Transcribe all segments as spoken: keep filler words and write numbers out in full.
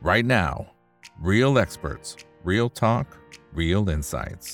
right now. Real experts, real talk, real insights.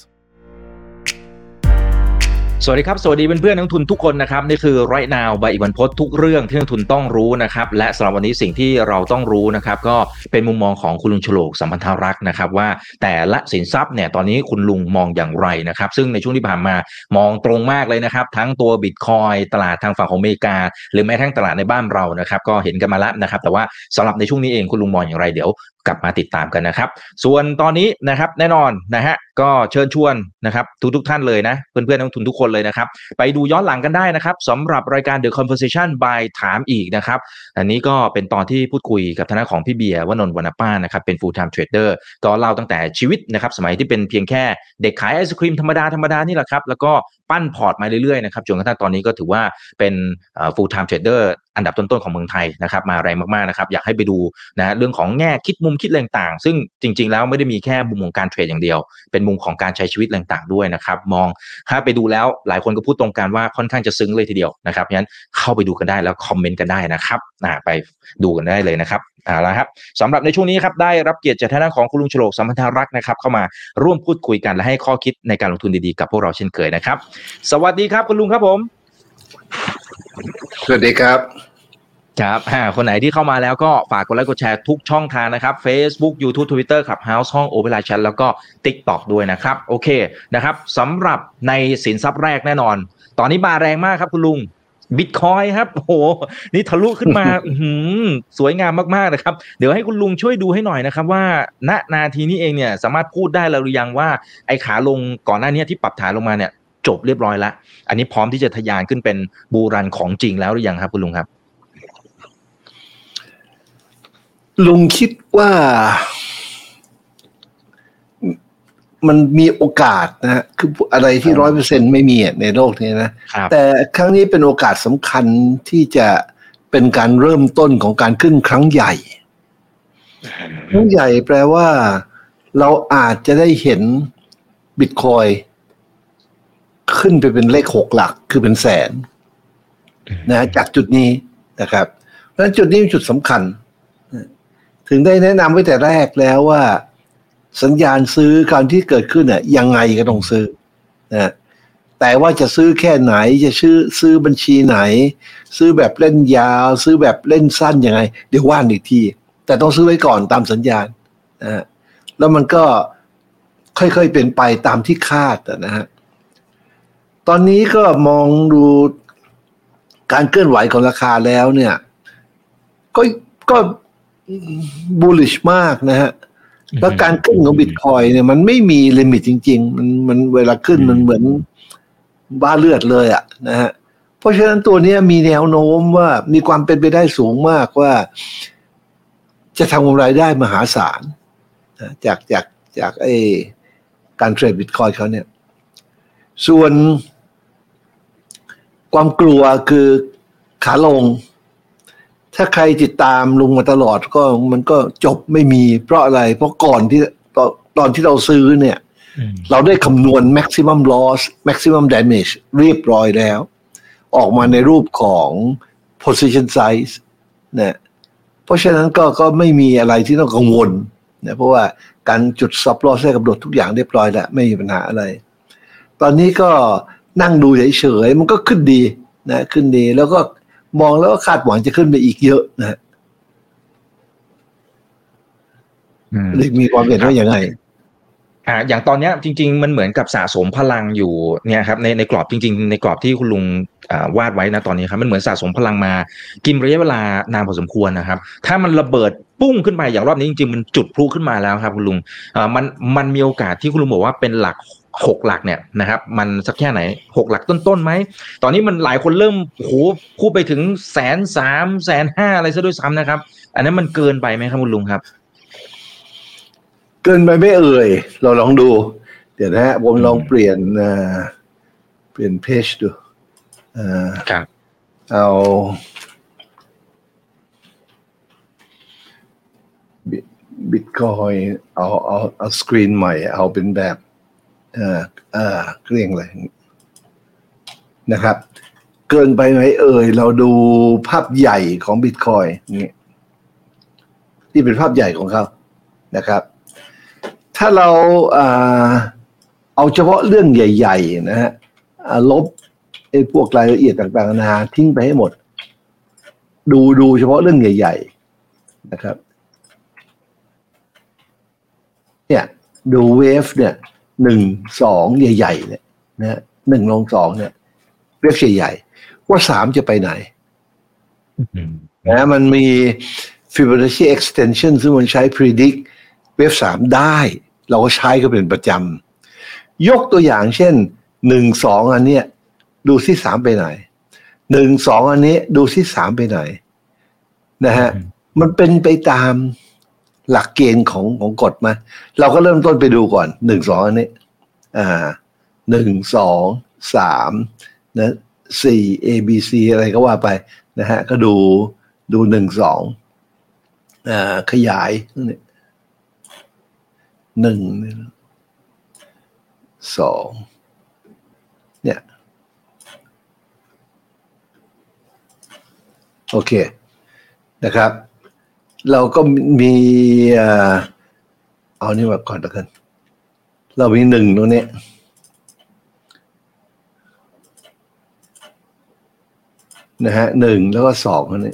สวัสดีครับสวัสดีเพื่อนๆนักลงทุนทุกคนนะครับนี่คือ Right Now ใบอีกบรรพตทุกเรื่องที่นักลงทุนต้องรู้นะครับและสำหรับวันนี้สิ่งที่เราต้องรู้นะครับก็เป็นมุมมองของคุณลุงฉลกสัมพันธรักษ์นะครับว่าแต่ละสินทรัพย์เนี่ยตอนนี้คุณลุงมองอย่างไรนะครับซึ่งในช่วงที่ผ่านมามองตรงมากเลยนะครับทั้งตัว Bitcoin ตลาดทางฝั่งของอเมริกาหรือแม้กระทั่งตลาดในบ้านเรานะครับก็เห็นกันมาแล้วนะครับแต่ว่าสำหรับในช่วงนี้เองคุณลุงมองอย่างไรเดี๋ยวกลับมาติดตามกันนะครับส่วนตอนนี้นะครับแน่นอนนะฮะก็เชิญชวนนะครับทุกๆท่านเลยนะเพื่อนๆนักลงทุนทุกคนเลยนะครับไปดูย้อนหลังกันได้นะครับสำหรับรายการ The Conversation by ถามอีกนะครับอันนี้ก็เป็นตอนที่พูดคุยกับทางด้านของพี่เบียร์วนนท์วรรณป้านะครับเป็น full time trader ก็เล่าตั้งแต่ชีวิตนะครับสมัยที่เป็นเพียงแค่เด็กขายไอศกรีมธรรมดาธรรมดานี่แหละครับแล้วก็ปั้นพอร์ตมาเรื่อยๆนะครับจนกระทั่งตอนนี้ก็ถือว่าเป็น full time trader อันดับต้นๆของเมืองไทยนะครับมาแรงมากๆนะครับอยากให้ไปดูนะเรื่องของแง่คิดมุมคิดต่างๆซึ่งจริงๆแล้วไม่ได้มีแค่มุมของการเทรดอย่างเดียวเป็นมุมของการใช้ชีวิตต่างๆด้วยนะครับมองถ้าไปดูแล้วหลายคนก็พูดตรงกันว่าค่อนข้างจะซึ้งเลยทีเดียวนะครับงั้นเข้าไปดูกันได้แล้วคอมเมนต์กันได้นะครับไปดูกันได้เลยนะครับเอาละครับสำหรับในช่วงนี้ครับได้รับเกียรติจากทางด้านของคุณลุงฉลกสัมพันธรักษ์นะครับเข้ามาร่วมพูดคุยกันและให้ข้อคิดในการลงทุนดีๆกับพวกเราเช่นเคยนะครับสวัสดีครับคุณลุงครับผมสวัสดีครับครับคนไหนที่เข้ามาแล้วก็ฝากกดไลค์กดแชร์ทุกช่องทางนะครับ Facebook YouTube Twitter Clubhouse ห้อง Open Chat แล้วก็ TikTok ด้วยนะครับโอเคนะครับสำหรับในสินทรัพย์แรกแน่นอนตอนนี้มาแรงมากครับคุณลุง Bitcoin ครับโอ้โหนี่ทะลุขึ้นมา สวยงามมากๆนะครับเดี๋ยวให้คุณลุงช่วยดูให้หน่อยนะครับว่าณนาทีนี้เองเนี่ยสามารถพูดได้แล้วหรือยังว่าไอ้ขาลงก่อนหน้านี้ที่ปรับฐานลงมาเนี่ยจบเรียบร้อยแล้วอันนี้พร้อมที่จะทะยานขึ้นเป็นบูรันของจริงแล้วหรือยังครับคุณลุงครับลุงคิดว่ามันมีโอกาสนะฮะคืออะไรที่ ร้อยเปอร์เซ็นต์ ไม่มีในโลกนี้นะแต่ครั้งนี้เป็นโอกาสสำคัญที่จะเป็นการเริ่มต้นของการขึ้นครั้งใหญ่ครั้งใหญ่แปลว่าเราอาจจะได้เห็น Bitcoin ขึ้นไปเป็นเลขหกหลักคือเป็นแสนนะจากจุดนี้นะครับเพราะฉะนั้นจุดนี้เป็นจุดสำคัญถึงได้แนะนำไว้แต่แรกแล้วว่าสัญญาณซื้อการที่เกิดขึ้นน่ะยังไงก็ต้องซื้อนะแต่ว่าจะซื้อแค่ไหนจะซื้อซื้อบัญชีไหนซื้อแบบเล่นยาวซื้อแบบเล่นสั้นยังไงเดี๋ยวว่านอีกทีแต่ต้องซื้อไว้ก่อนตามสัญญาณนะแล้วมันก็ค่อยๆเป็นไปตามที่คาดนะฮะตอนนี้ก็มองดูการเคลื่อนไหวของราคาแล้วเนี่ยก็ก็bullish มากนะฮะแล้วการขึ้นของ Bitcoin เนี่ยมันไม่มีลิมิตจริงๆมันมันเวลาขึ้นมันเหมือนบ้าเลือดเลยอ่ะนะฮะเพราะฉะนั้นตัวนี้มีแนวโน้มว่ามีความเป็นไปได้สูงมากว่าจะทำกำไรได้มหาศาลจากจากจากไอ้การเทรด Bitcoin เขาเนี่ยส่วนความกลัวคือขาลงถ้าใครติดตามลุงมาตลอดก็มันก็จบไม่มีเพราะอะไรเพราะก่อนที่ตอนตอนที่เราซื้อเนี่ยเราได้คำนวณ maximum loss maximum damage เรียบร้อยแล้วออกมาในรูปของ position size นะเพราะฉะนั้นก็ก็ไม่มีอะไรที่ต้องกังวลนะเพราะว่าการจุด stop loss ได้กำหนดทุกอย่างเรียบร้อยแล้วไม่มีปัญหาอะไรตอนนี้ก็นั่งดูเฉยๆมันก็ขึ้นดีนะขึ้นดีแล้วก็มองแล้วก็คาดหวังจะขึ้นไปอีกเยอะนะฮะเลยมีความเห็นว่าอย่างไรอ่าอย่างตอนนี้จริงๆมันเหมือนกับสะสมพลังอยู่เนี่ยครับในในกรอบจริงๆในกรอบที่คุณลุงอ่าวาดไว้นะตอนนี้ครับมันเหมือนสะสมพลังมากินระยะเวลานานพอสมควรนะครับถ้ามันระเบิดปุ้งขึ้นไปอย่างรอบนี้จริงๆมันจุดพลุขึ้นมาแล้วครับคุณลุงอ่ามันมันมีโอกาสที่คุณลุงบอกว่าเป็นหลักหกหลักเนี่ยนะครับมันสักแค่ไหนหกหลักต้นๆไหมตอนนี้มันหลายคนเริ่มโอ้โหพูดไปถึงแสนสามแสนห้าอะไรซะด้วยซ้ำนะครับอันนั้นมันเกินไปไหมครับคุณลุงครับเกินไปไม่เอ่ยเราลองดูเดี๋ยวนะฮะผมลองเปลี่ยนอ่าเปลี่ยนเพจดูอ่าครับเอาบิตคอยน์เอาเอาเอาสกรีนใหม่เอาเป็นแบบอ่าอ่าเกลี้ยงเลยนะครับเกินไปไหมเอ่ยเราดูภาพใหญ่ของบิตคอยน์นี่ที่เป็นภาพใหญ่ของเขานะครับถ้าเราเอาเฉพาะเรื่องใหญ่ๆนะฮะลบไอ้พวกรายละเอียดต่างๆนานาทิ้งไปให้หมดดูดูเฉพาะเรื่องใหญ่ๆนะครับเนี่ยดูเวฟเนี่ยหนึ่งสองใหญ่ๆเนี่ยนะหนึ่งลงสองเนี่ยเวฟใหญ่ๆว่าสามจะไปไหนนะมันมี Fibonacci extension ซึ่งมันใช้ predict เวฟสามได้เราก็ใช้ก็เป็นประจำยกตัวอย่างเช่นหนึ่งสองอันเนี้ยดูที่สามไปไหนหนึ่งสองอันนี้ดูที่สามไปไหนนะฮะมันเป็นไปตามหลักเกณฑ์ของของกฎมาเราก็เริ่มต้นไปดูก่อนหนึ่งสองอันนี้อ่าหนึ่งสองสามนะสี่ A B C อะไรก็ว่าไปนะฮะก็ดูดูหนึ่งสองอ่าขยายนี่หนึ่งสองเนี่ยโอเคนะครับเราก็มีเอานี่มาก่อนแล้วกันเรามีหนึ่งตรงนี้นะฮะหนึ่งแล้วก็สองอันนี้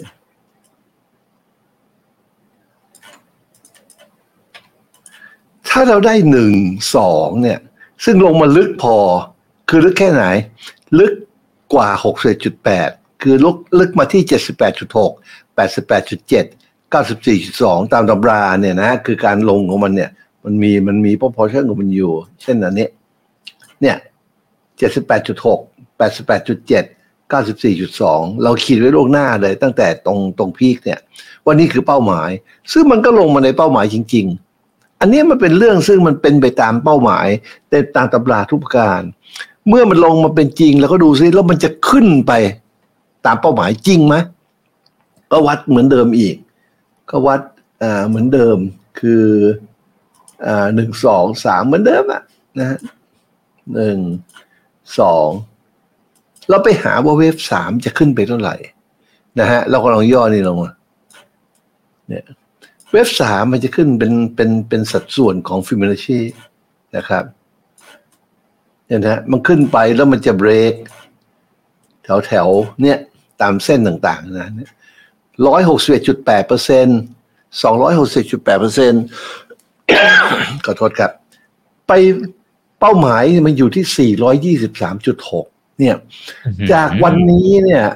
ถ้าเราได้หนึ่งสองเนี่ยซึ่งลงมาลึกพอคือลึกแค่ไหนลึกกว่า หกสิบเอ็ดจุดแปด คือลึกลึกมาที่ เจ็ดสิบแปดจุดหก แปดสิบแปดจุดเจ็ด เก้าสิบสี่จุดสอง ตามตำราเนี่ยนะคือการลงของมันเนี่ยมันมีมันมี proportion ของมันอยู่เช่นอันนี้เนี่ย เจ็ดสิบแปดจุดหก แปดสิบแปดจุดเจ็ด เก้าสิบสี่จุดสอง เราขีดไว้ล่วงหน้าเลยตั้งแต่ตรงตรงพีคเนี่ยว่านี่คือเป้าหมายซึ่งมันก็ลงมาในเป้าหมายจริงๆอันนี้มันเป็นเรื่องซึ่งมันเป็นไปตามเป้าหมายแต่ตามตำราทุกประการเมื่อมันลงมาเป็นจริงแล้วก็ดูซิแล้วมันจะขึ้นไปตามเป้าหมายจริงไหมก็วัดเหมือนเดิมอีกก็วัดอ่าเหมือนเดิมคืออ่าหนึ่งสองสามเหมือนเดิมอะนะฮะหนึ่งสองเราไปหาว่าเวฟสามจะขึ้นไปเท่าไหร่นะฮะเราก็ลองย่อนี่ลงมาเนี่ยเวฟสามมันจะขึ้นเป็นเป็นเป็นสัดส่วนของฟิโบนัชชีนะครับเนี่ยนะมันขึ้นไปแล้วมันจะเบรกแถวแถวเนี่ยตามเส้นต่างๆนะเนี่ยร้อยหกสิบเอ็ดจุดแปดเปอร์เซ็นต์สองร้อยหกสิบจุดแปดเปอร์เซ็นต์ขอโทษครับไปเป้าหมายมันอยู่ที่สี่ร้อยยี่สิบสามจุดหกเนี่ยจากวันนี้เนี่ย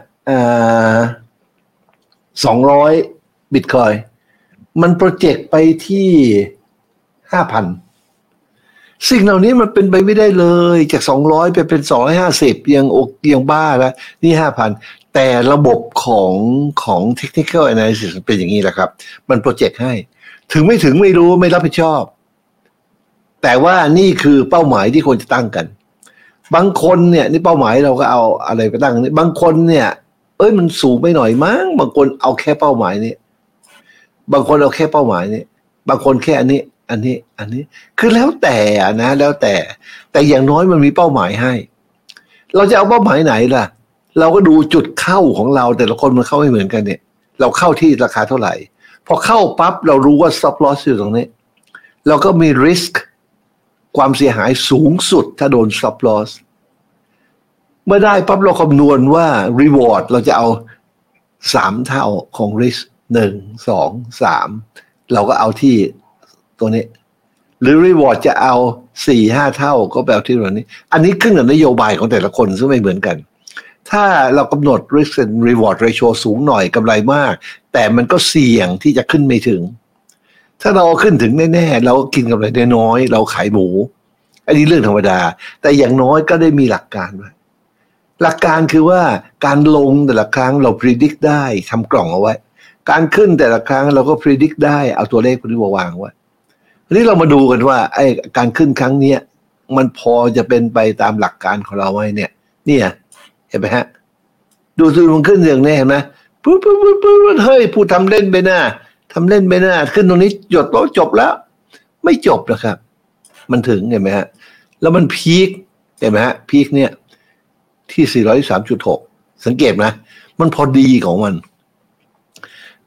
สองร้อยบิตคอยน์มันโปรเจกต์ไปที่ ห้าพัน สิ่งเหล่านี้มันเป็นไปไม่ได้เลยจากสองร้อยไปเป็นสองร้อยห้าสิบยังอกยังบ้าแล้วนี่ ห้าพัน แต่ระบบของของ technical analysis เป็นอย่างนี้แหละครับมันโปรเจกต์ให้ถึงไม่ถึงไม่รู้ไม่รับผิดชอบแต่ว่านี่คือเป้าหมายที่ควรจะตั้งกันบางคนเนี่ยนี่เป้าหมายเราก็เอาอะไรไปตั้งนี่บางคนเนี่ยเอ้ยมันสูงไปหน่อยมั้งบางคนเอาแค่เป้าหมายนี้บางคนเอาแค่เป้าหมายนี้บางคนแค่อันนี้อันนี้อันนี้คือแล้วแต่นะแล้วแต่แต่อย่างน้อยมันมีเป้าหมายให้เราจะเอาเป้าหมายไหนล่ะเราก็ดูจุดเข้าของเราแต่ละคนมันเข้าไม่เหมือนกันเนี่ยเราเข้าที่ราคาเท่าไหร่พอเข้าปั๊บเรารู้ว่า stop loss อยู่ตรงนี้เราก็มี risk ความเสียหายสูงสุดถ้าโดน stop loss เมื่อได้ปั๊บเราคำนวณว่า reward เราจะเอาสามเท่าของ risk หนึ่ง สอง สามเราก็เอาที่ตัวนี้หรือ reward จะเอา สี่ ห้าเท่าก็แปลที่ตัวนี้อันนี้ขึ้นกับนโยบายของแต่ละคนซึ่งไม่เหมือนกันถ้าเรากำหนด risk and reward ratio สูงหน่อยกำไรมากแต่มันก็เสี่ยงที่จะขึ้นไม่ถึงถ้าเราขึ้นถึงแน่ๆเราก็กินกำไรน้อยเราขายหมูอันนี้เรื่องธรรมดาแต่อย่างน้อยก็ได้มีหลักการไว้หลักการคือว่าการลงแต่ละครั้งเรา predict ได้ทำกล่องเอาไว้การขึ้นแต่ละครั้งเราก็ predict ได้เอาตัวเลขพวกนี้มาวางไว้ทีนี้เรามาดูกันว่าไอ้การขึ้นครั้งนี้มันพอจะเป็นไปตามหลักการของเราไหมเนี่ยเนี่ยเห็นไหมฮะดูสิมันขึ้นอย่างนี้เห็นไหมปุ๊บปุ๊บปุ๊บปุ๊บเฮ้ยพูดทำเล่นไปหน้าทำเล่นไปหน้าขึ้นตรงนี้หยดแล้วจบแล้วไม่จบนะครับมันถึงเห็นไหมฮะแล้วมันพีคเห็นไหมฮะพีคเนี่ยที่ สี่ร้อยสามจุดหก สังเกตนะมันพอดีของมัน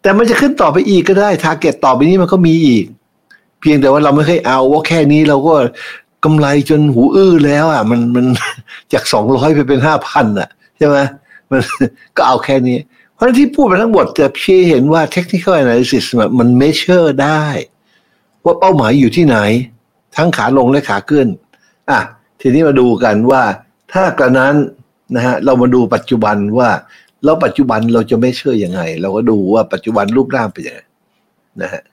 แต่มันจะขึ้นต่อไปอีกก็ได้ทาร์เก็ตต่อไปนี้มันก็มีอีกเพียงแต่ว่าเราไม่เคยเอาว่าแค่นี้เราก็กำไรจนหูอื้อแล้วอ่ะมันมันจากสองร้อยไปเป็นห้าพันอ่ะใช่ไหมมันก็เอาแค่นี้เพราะที่พูดมาทั้งหมดจะชี้เห็นว่า technical analysis มัน measure ได้ว่าเป้าหมายอยู่ที่ไหนทั้งขาลงและขาขึ้นอ่ะทีนี้มาดูกันว่าถ้ากระนั้นนะฮะเรามาดูปัจจุบันว่าแล้วปัจจุบันเราจะไม่เชื่อยังไงเราก็ดูว่าปัจจุบันรูปร่างเป็นยังไงนะฮะ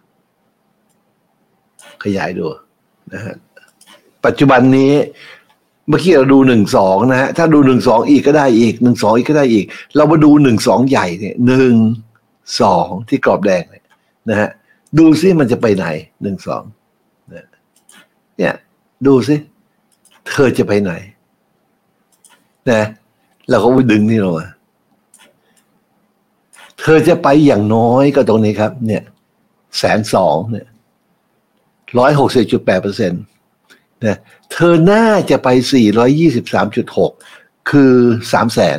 ขยายดูนะฮะปัจจุบันนี้เมื่อกี้เราดูหนึ่งสองนะฮะถ้าดูหนึ่งสองอีกก็ได้อีกหนึ่งสองอีกก็ได้อีกเรามาดูหนึ่งสองใหญ่เนี่ยหนึ่งสองที่กรอบแดงเนี่ยนะฮะดูซิมันจะไปไหนหนึ่งสองเนี่ยดูซิเธอจะไปไหนนะเราก็ไปดึงนี่ลงมาเธอจะไปอย่างน้อยก็ตรงนี้ครับเนี่ยแสนสองเนี่ยร้อยหกสิบจุดแปดเปอร์เซ็นต์นะเธอน่าจะไปสี่ร้อยยี่สิบสามจุดหกคือสามแสน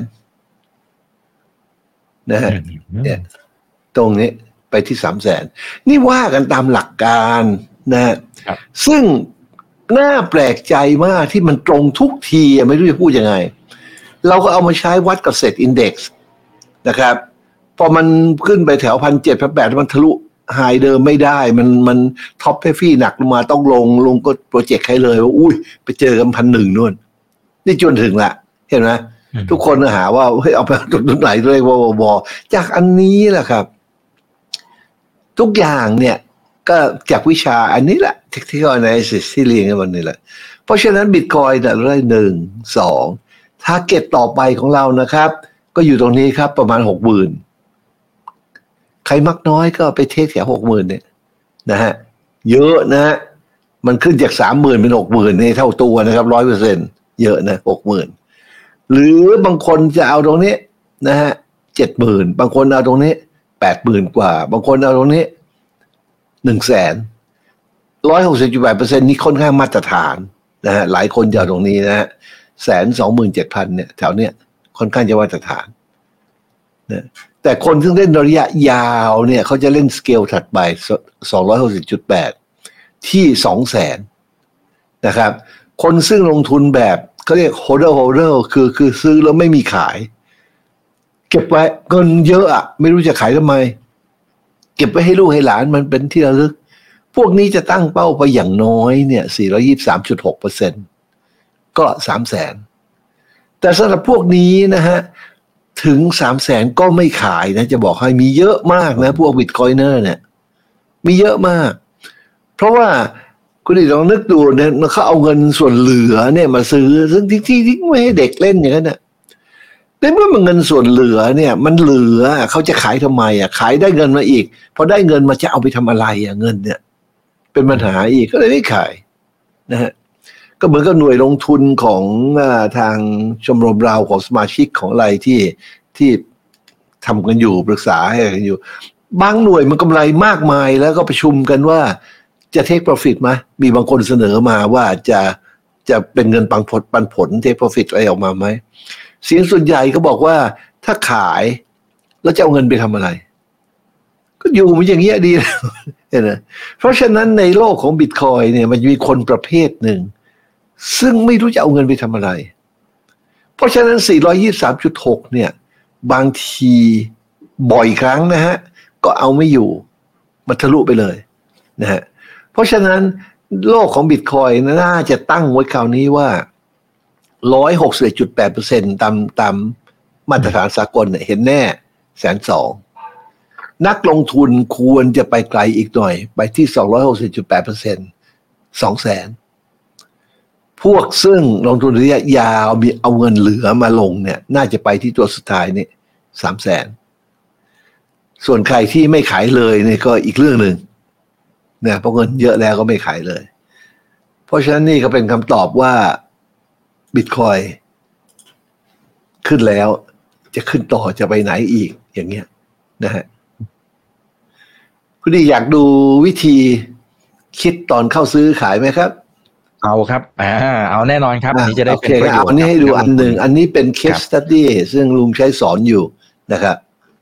นะฮะเนี่ยตรงนี้ไปที่สามแสนนี่ว่ากันตามหลักการนะฮะซึ่งน่าแปลกใจมากที่มันตรงทุกทีไม่รู้จะพูดยังไงเราก็เอามาใช้วัดกับเซตอินเด็กซ์นะครับพอมันขึ้นไปแถวพันเจ็ดพันแปดมันทะลุไฮเดิมไม่ได้มันมันท็อปเฮฟฟี่หนักลงมาต้องลงลงก็โปรเจกต์ให้เลยว่าอุ้ยไปเจอกันพันหนึ่งนู่นนี่จนถึงละเห็นไหมทุกคนหาว่าเฮ้ยเอาไปจุดไหนด้วยวอบอจากอันนี้แหละครับทุกอย่างเนี่ยก็จากวิชาอันนี้แหละ technical analysis ที่เรียนกันวันนี้แหละเพราะฉะนั้น Bitcoin เนี่ยเราได้หนึ่งสองทาร์เก็ตต่อไปของเรานะครับก็อยู่ตรงนี้ครับประมาณหกหมื่นใครมักน้อยก็ไปเทคแถวหกหมื่นเนี่ยนะฮะเยอะนะฮะมันขึ้นจากสามหมื่นเป็นหกหมื่นนี่เท่าตัวนะครับร้อยเปอร์เซ็นต์เยอะนะหกหมื่นหรือบางคนจะเอาตรงนี้นะฮะเจ็ดหมื่นบางคนเอาตรงนี้แปดหมื่นกว่าบางคนเอาตรงนี้หนึ่งแสนร้อยหกสิบจุดแปดเปอร์เซ็นต์นี่ค่อนข้างมาตรฐานนะฮะหลายคนจะเอาตรงนี้นะฮะแสนสองหมื่นเจ็ดพันเนี่ยแถวเนี้ยค่อนข้างจะมาตรฐานนะแต่คนซึ่งเล่นระยะยาวเนี่ยเขาจะเล่นสเกลถัดไปสองร้อยหกสิบจุดแปดที่สองแสนนะครับคนซึ่งลงทุนแบบเขาเรียก holder holder คือคือซื้อแล้วไม่มีขายเก็บไว้เงินเยอะอะไม่รู้จะขายทำไมเก็บไว้ให้ลูกให้หลานมันเป็นที่ระลึกพวกนี้จะตั้งเป้าไปอย่างน้อยเนี่ยสี่ร้อยยี่สิบสามจุดหกเปอร์เซ็นต์ก็สามแสนแต่สำหรับพวกนี้นะฮะถึงสามแสนก็ไม่ขายนะจะบอกให้มีเยอะมากนะพวกบิตคอยเนอร์เนี่ยมีเยอะมากเพราะว่าคุณดิลองนึกดูเนี่ยเขาเอาเงินส่วนเหลือเนี่ยมาซื้อซึ่งที่ที่ทิ้งไว้ให้เด็กเล่นอย่างนั้นเนี่ยในเมื่อมันเงินส่วนเหลือเนี่ยมันเหลือเขาจะขายทำไมอ่ะขายได้เงินมาอีกพอได้เงินมาจะเอาไปทำอะไรอ่ะเงินเนี่ยเป็นปัญหาอีกก็เลยไม่ขายนะฮะก็เหมือนกับหน่วยลงทุนของทางชมรมเราของสมาชิกของอะไรที่ที่ทำกันอยู่ปรึกษาให้กันอยู่บางหน่วยมันกำไรมากมายแล้วก็ประชุมกันว่าจะเทคโปรฟิตไหมมีบางคนเสนอมาว่าจะจะเป็นเงินปันผลปันผลเทคโปรฟิตอะไรออกมาไหมเสียงส่วนใหญ่ก็บอกว่าถ้าขายแล้วจะเอาเงินไปทำอะไรก็อยู่มันอย่างเงี้ยดีแล้วเห็นไหมเพราะฉะนั้นในโลกของบิตคอยเนี่ยมันมีคนประเภทหนึ่งซึ่งไม่รู้จะเอาเงินไปทำอะไรเพราะฉะนั้น สี่ร้อยยี่สิบสามจุดหก เนี่ยบางทีบ่อยครั้งนะฮะก็เอาไม่อยู่มันทะลุไปเลยนะฮะเพราะฉะนั้นโลกของบิตคอยน่าจะตั้งไว้คราวนี้ว่า หนึ่งร้อยหกสิบเอ็ดจุดแปดเปอร์เซ็นต์ ตามตามมาตรฐานสากลเนี่ยเห็นแน่แสนสองนักลงทุนควรจะไปไกลอีกหน่อยไปที่ สองร้อยหกสิบจุดแปดเปอร์เซ็นต์ สองแสนพวกซึ่งลงทุนระยะยาวมีเอาเงินเหลือมาลงเนี่ยน่าจะไปที่ตัวสุดท้ายนี่สามแสนส่วนใครที่ไม่ขายเลยเนี่ยก็อีกเรื่องหนึ่งเนี่ยเพราะเงินเยอะแล้วก็ไม่ขายเลยเพราะฉะนั้นนี่ก็เป็นคำตอบว่าบิตคอยขึ้นแล้วจะขึ้นต่อจะไปไหนอีกอย่างเงี้ยนะฮะคุณดีอยากดูวิธีคิดตอนเข้าซื้อขายไหมครับเอาครับอ่าเอาแน่นอนครับอันนี้จะได้เป็นประโยชน์อันนี้ให้ดูอันหนึ่งอันนี้เป็น case study ซึ่งลุงใช้สอนอยู่นะครับ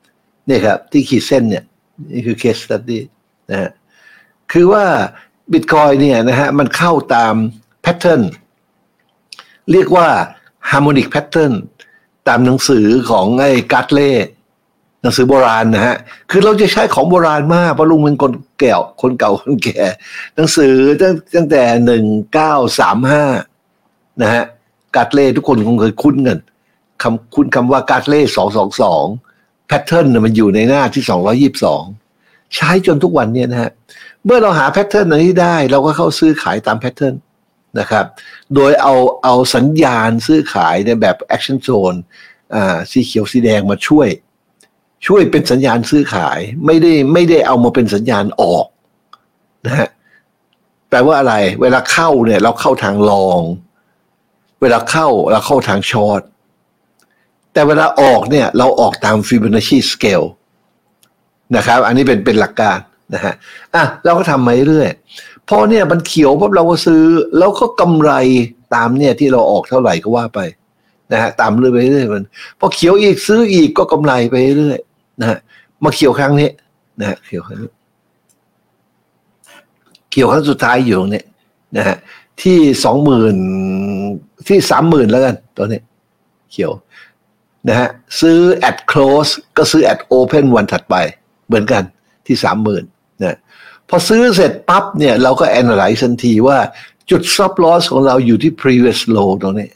เนี่ยครับที่ขีดเส้นเนี่ยนี่คือ case study นะฮะคือว่า Bitcoin เนี่ยนะฮะมันเข้าตาม pattern เรียกว่า harmonic pattern ตามหนังสือของไอ้การ์ดเล่หนังสือโบราณนะฮะคือเราจะใช้ของโบราณมากเพราะลุงเป็นคนแก่คนเก่าคนแก่หนังสือตั้งตั้งแต่หนึ่งเก้าสามห้านะฮะการ์ดเล่ทุกคนคงเคยคุ้นกันคำคุ้นคำว่าการ์ดเล่สองสองสองแพทเทิร์นมันอยู่ในหน้าที่สองร้อยยี่สิบสองใช้จนทุกวันเนี่ยนะฮะเมื่อเราหาแพทเทิร์นอันนี้ได้เราก็เข้าซื้อขายตามแพทเทิร์นนะครับโดยเอาเอาสัญญาณซื้อขายในแบบ action zone อ่าสีเขียวสีแดงมาช่วยช่วยเป็นสัญญาณซื้อขายไม่ได้ไม่ได้เอามาเป็นสัญญาณออกนะฮะแปลว่าอะไรเวลาเข้าเนี่ยเราเข้าทางลองเวลาเข้าเราเข้าทางช็อตแต่เวลาออกเนี่ยเราออกตาม Fibonacci scale นะครับอันนี้เป็นเป็นหลักการนะฮะอ่ะเราก็ทำมาเรื่อยพอเนี่ยมันเขียวปุ๊บเราก็ซื้อแล้วก็กำไรตามเนี่ยที่เราออกเท่าไหร่ก็ว่าไปนะฮะตามเรื่อยไปเรื่อยมันพอเขียวอีกซื้ออีกก็กำไรไปเรื่อยนะฮะมาเขียวครั้งนี้นะฮะเขียวครั้งนี้เขียวครั้งสุดท้ายอยู่ตรงนี้นะฮะที่สองหมื่นที่สามหมื่นแล้วกันตัวนี้เขียวนะฮะซื้อ at close ก็ซื้อ at open วันถัดไปเหมือนกันที่สามหมื่นนะพอซื้อเสร็จปั๊บเนี่ยเราก็ analyze ทันทีว่าจุด stop loss ของเราอยู่ที่ previous low ตรงนี้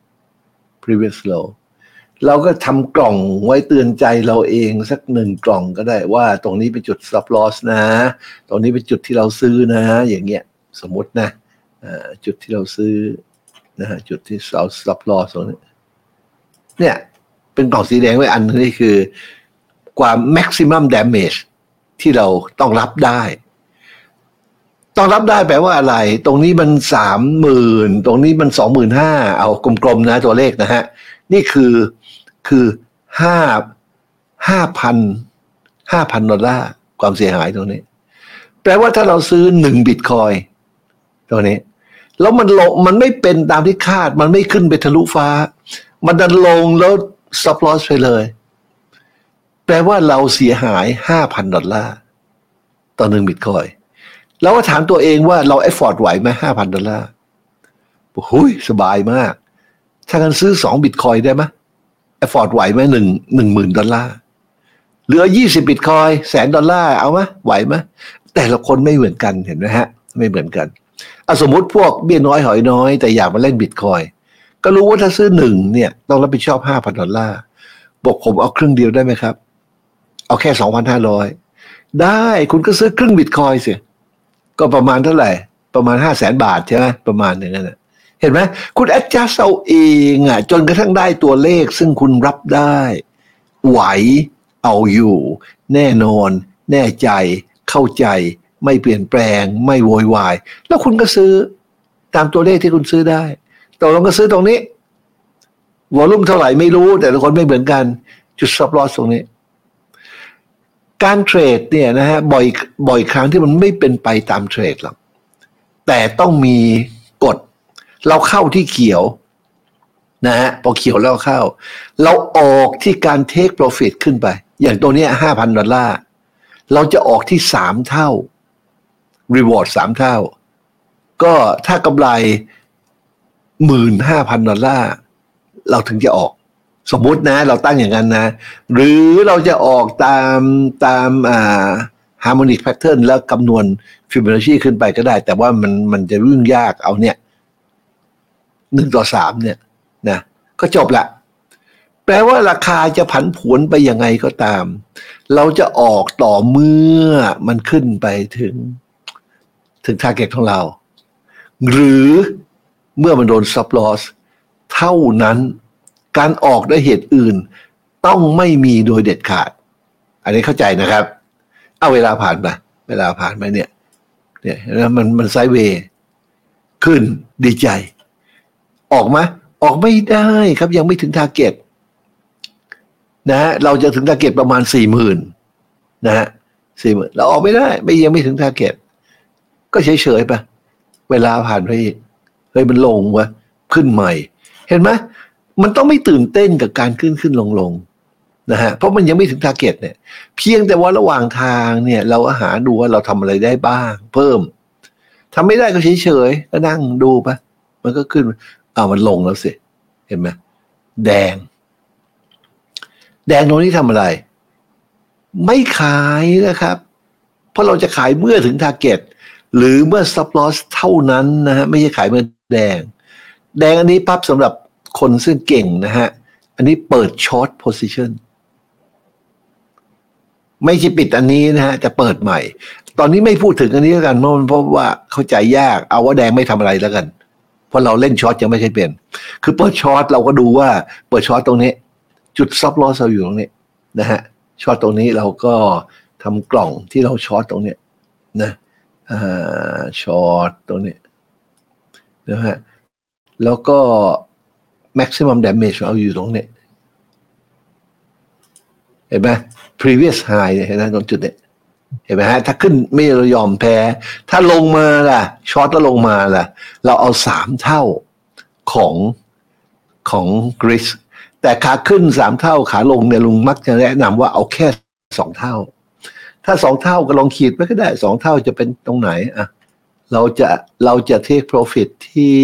previous low เราก็ทำกล่องไว้เตือนใจเราเองสักหนึ่งกล่องก็ได้ว่าตรงนี้เป็นจุด stop loss นะตรงนี้เป็นจุดที่เราซื้อนะอย่างเงี้ยสมมตินะจุดที่เราซื้อนะฮะจุดที่เรา stop loss ตรงนี้เนี่ยเป็นกล่องสีแดงไว้อันนึงนี่คือความ maximum damage ที่เราต้องรับได้ต้องรับได้แปลว่าอะไรตรงนี้มันสามหมื่นตรงนี้มันสองหมื่นห้าเอากลมๆนะตัวเลขนะฮะนี่คือคือห้าห้าพันห้าพันดอลลาร์ความเสียหายตรงนี้แปลว่าถ้าเราซื้อหนึ่งบิตคอยน์ตัวนี้แล้วมันลงมันไม่เป็นตามที่คาดมันไม่ขึ้นไปทะลุฟ้ามันดันลงแล้ว stop loss ไปเลยแปลว่าเราเสียหาย ห้าพันดอลลาร์ต่อหนึ่งบิตคอยน์เราก็ถามตัวเองว่าเรา afford ไหวไหม ห้าพันดอลลาร์โอ้ยสบายมากถ้ากันซื้อสองบิตคอยน์ได้ไหม afford ไหวไหมหนึ่งหนึ่งหมื่นดอลลาร์เหลือยี่สิบบิตคอยน์แสนดอลลาร์เอาไหมไหวไหมแต่ละคนไม่เหมือนกันเห็นไหมฮะไม่เหมือนกันเอาสมมติพวกเบี้ยน้อยหอยน้อยแต่อยากมาเล่นบิตคอยน์ก็รู้ว่าถ้าซื้อหนึ่งเนี่ยต้องรับผิดชอบ ห้าพันดอลลาร์บอกผมเอาครึ่งเดียวได้ไหมครับเอาแค่ สองพันห้าร้อย ได้คุณก็ซื้อครึ่งบิตคอยน์สิก็ประมาณเท่าไหร่ประมาณ ห้าแสน บาทใช่ไหมประมาณอย่างนั้นนะเห็นไหมคุณ adjust เอาเองอ่ะจนกระทั่งได้ตัวเลขซึ่งคุณรับได้ไหวเอาอยู่แน่นอนแน่ใจเข้าใจไม่เปลี่ยนแปลงไม่โวยวายแล้วคุณก็ซื้อตามตัวเลขที่คุณซื้อได้ตกลงก็ซื้อตรงนี้วอลุ่มเท่าไหร่ไม่รู้แต่ละคนไม่เหมือนกันจุด stop loss ตรงนี้การเทรดเนี่ยนะฮะบ่อยบ่อยครั้งที่มันไม่เป็นไปตามเทรดหรอกแต่ต้องมีกฎเราเข้าที่เขียวนะฮะพอเขียวแล้วเข้าเราออกที่การ take profit ขึ้นไปอย่างตัวเนี้ย ห้าพันดอลลาร์เราจะออกที่สามเท่า reward สามเท่าก็ถ้ากำไร หนึ่งหมื่นห้าพัน ดอลลาร์เราถึงจะออกสมมุตินะเราตั้งอย่างนั้นนะหรือเราจะออกตามตามอ่า harmonic pattern แล้วคำนวณ Fibonacci ขึ้นไปก็ได้แต่ว่ามันมันจะยุ่งยากเอาเนี่ยหนึ่งต่อสามเนี่ยนะก็จบละแปลว่าราคาจะผันผวนไปยังไงก็ตามเราจะออกต่อเมื่อมันขึ้นไปถึงถึง target ของเราหรือเมื่อมันโดน stop loss เท่านั้นการออกด้วยเหตุอื่นต้องไม่มีโดยเด็ดขาดอันนี้เข้าใจนะครับเอาเวลาผ่านไปเวลาผ่านไปเนี่ยเนี่ยแล้วมันมันไซด์เวย์ขึ้นดีใจออกไหมออกไม่ได้ครับยังไม่ถึงทาร์เก็ตนะฮะเราจะถึงทาร์เก็ตประมาณ สี่หมื่น นะฮะ สี่หมื่น เราออกไม่ได้ไม่ยังไม่ถึงทาร์เก็ตก็เฉยๆไปเวลาผ่านไปอีกเฮ้ยมันลงวะขึ้นใหม่เห็นไหมมันต้องไม่ตื่นเต้นกับการขึ้นขึ้นลงลงนะฮะเพราะมันยังไม่ถึงทาร์เก็ตเนี่ยเพียงแต่ว่าระหว่างทางเนี่ยเราหาดูว่าเราทำอะไรได้บ้างเพิ่มทำไม่ได้ก็เฉยๆก็นั่งดูไปมันก็ขึ้นอ้าวมันลงแล้วสิเห็นไหมแดงแดงตรงนี้ทำอะไรไม่ขายนะครับเพราะเราจะขายเมื่อถึงทาร์เก็ตหรือเมื่อ stop loss เท่านั้นนะฮะไม่ใช่ขายเมื่อแดงแดงอันนี้ปั๊บสำหรับคนซึ่งเก่งนะฮะอันนี้เปิด short position ไม่ใช่ปิดอันนี้นะฮะจะเปิดใหม่ตอนนี้ไม่พูดถึงอันนี้แล้วกันเพราะว่าเข้าใจยากเอาว่าแดงไม่ทำอะไรแล้วกันเพราะเราเล่นช็อตยังไม่เคยเป็นคือเปิดช็อตเราก็ดูว่าเปิดช็อตตรงนี้จุด stop loss เราอยู่ตรงนี้นะฮะช็อตตรงนี้เราก็ทำกล่องที่เราช็อตตรงนี้นะอ่าช็อตตรงนี้นะฮะแล้วก็ maximum damage เราอยู่ตรงนี้เห็นไหม previous high เนี่ยเห็นไหมตรงจุดนี้เห็นไหมฮะถ้าขึ้นไม่เรายอมแพ้ถ้าลงมาล่ะช็อตแล้วลงมาล่ะเราเอาสามเท่าของของกริสแต่ขาขึ้นสามเท่าขาลงเนี่ยลุงมักจะแนะนำว่าเอาแค่สองเท่าถ้าสองเท่าก็ลองขีดไปก็ได้สองเท่าจะเป็นตรงไหนอ่ะเราจะเราจะ take profit ที่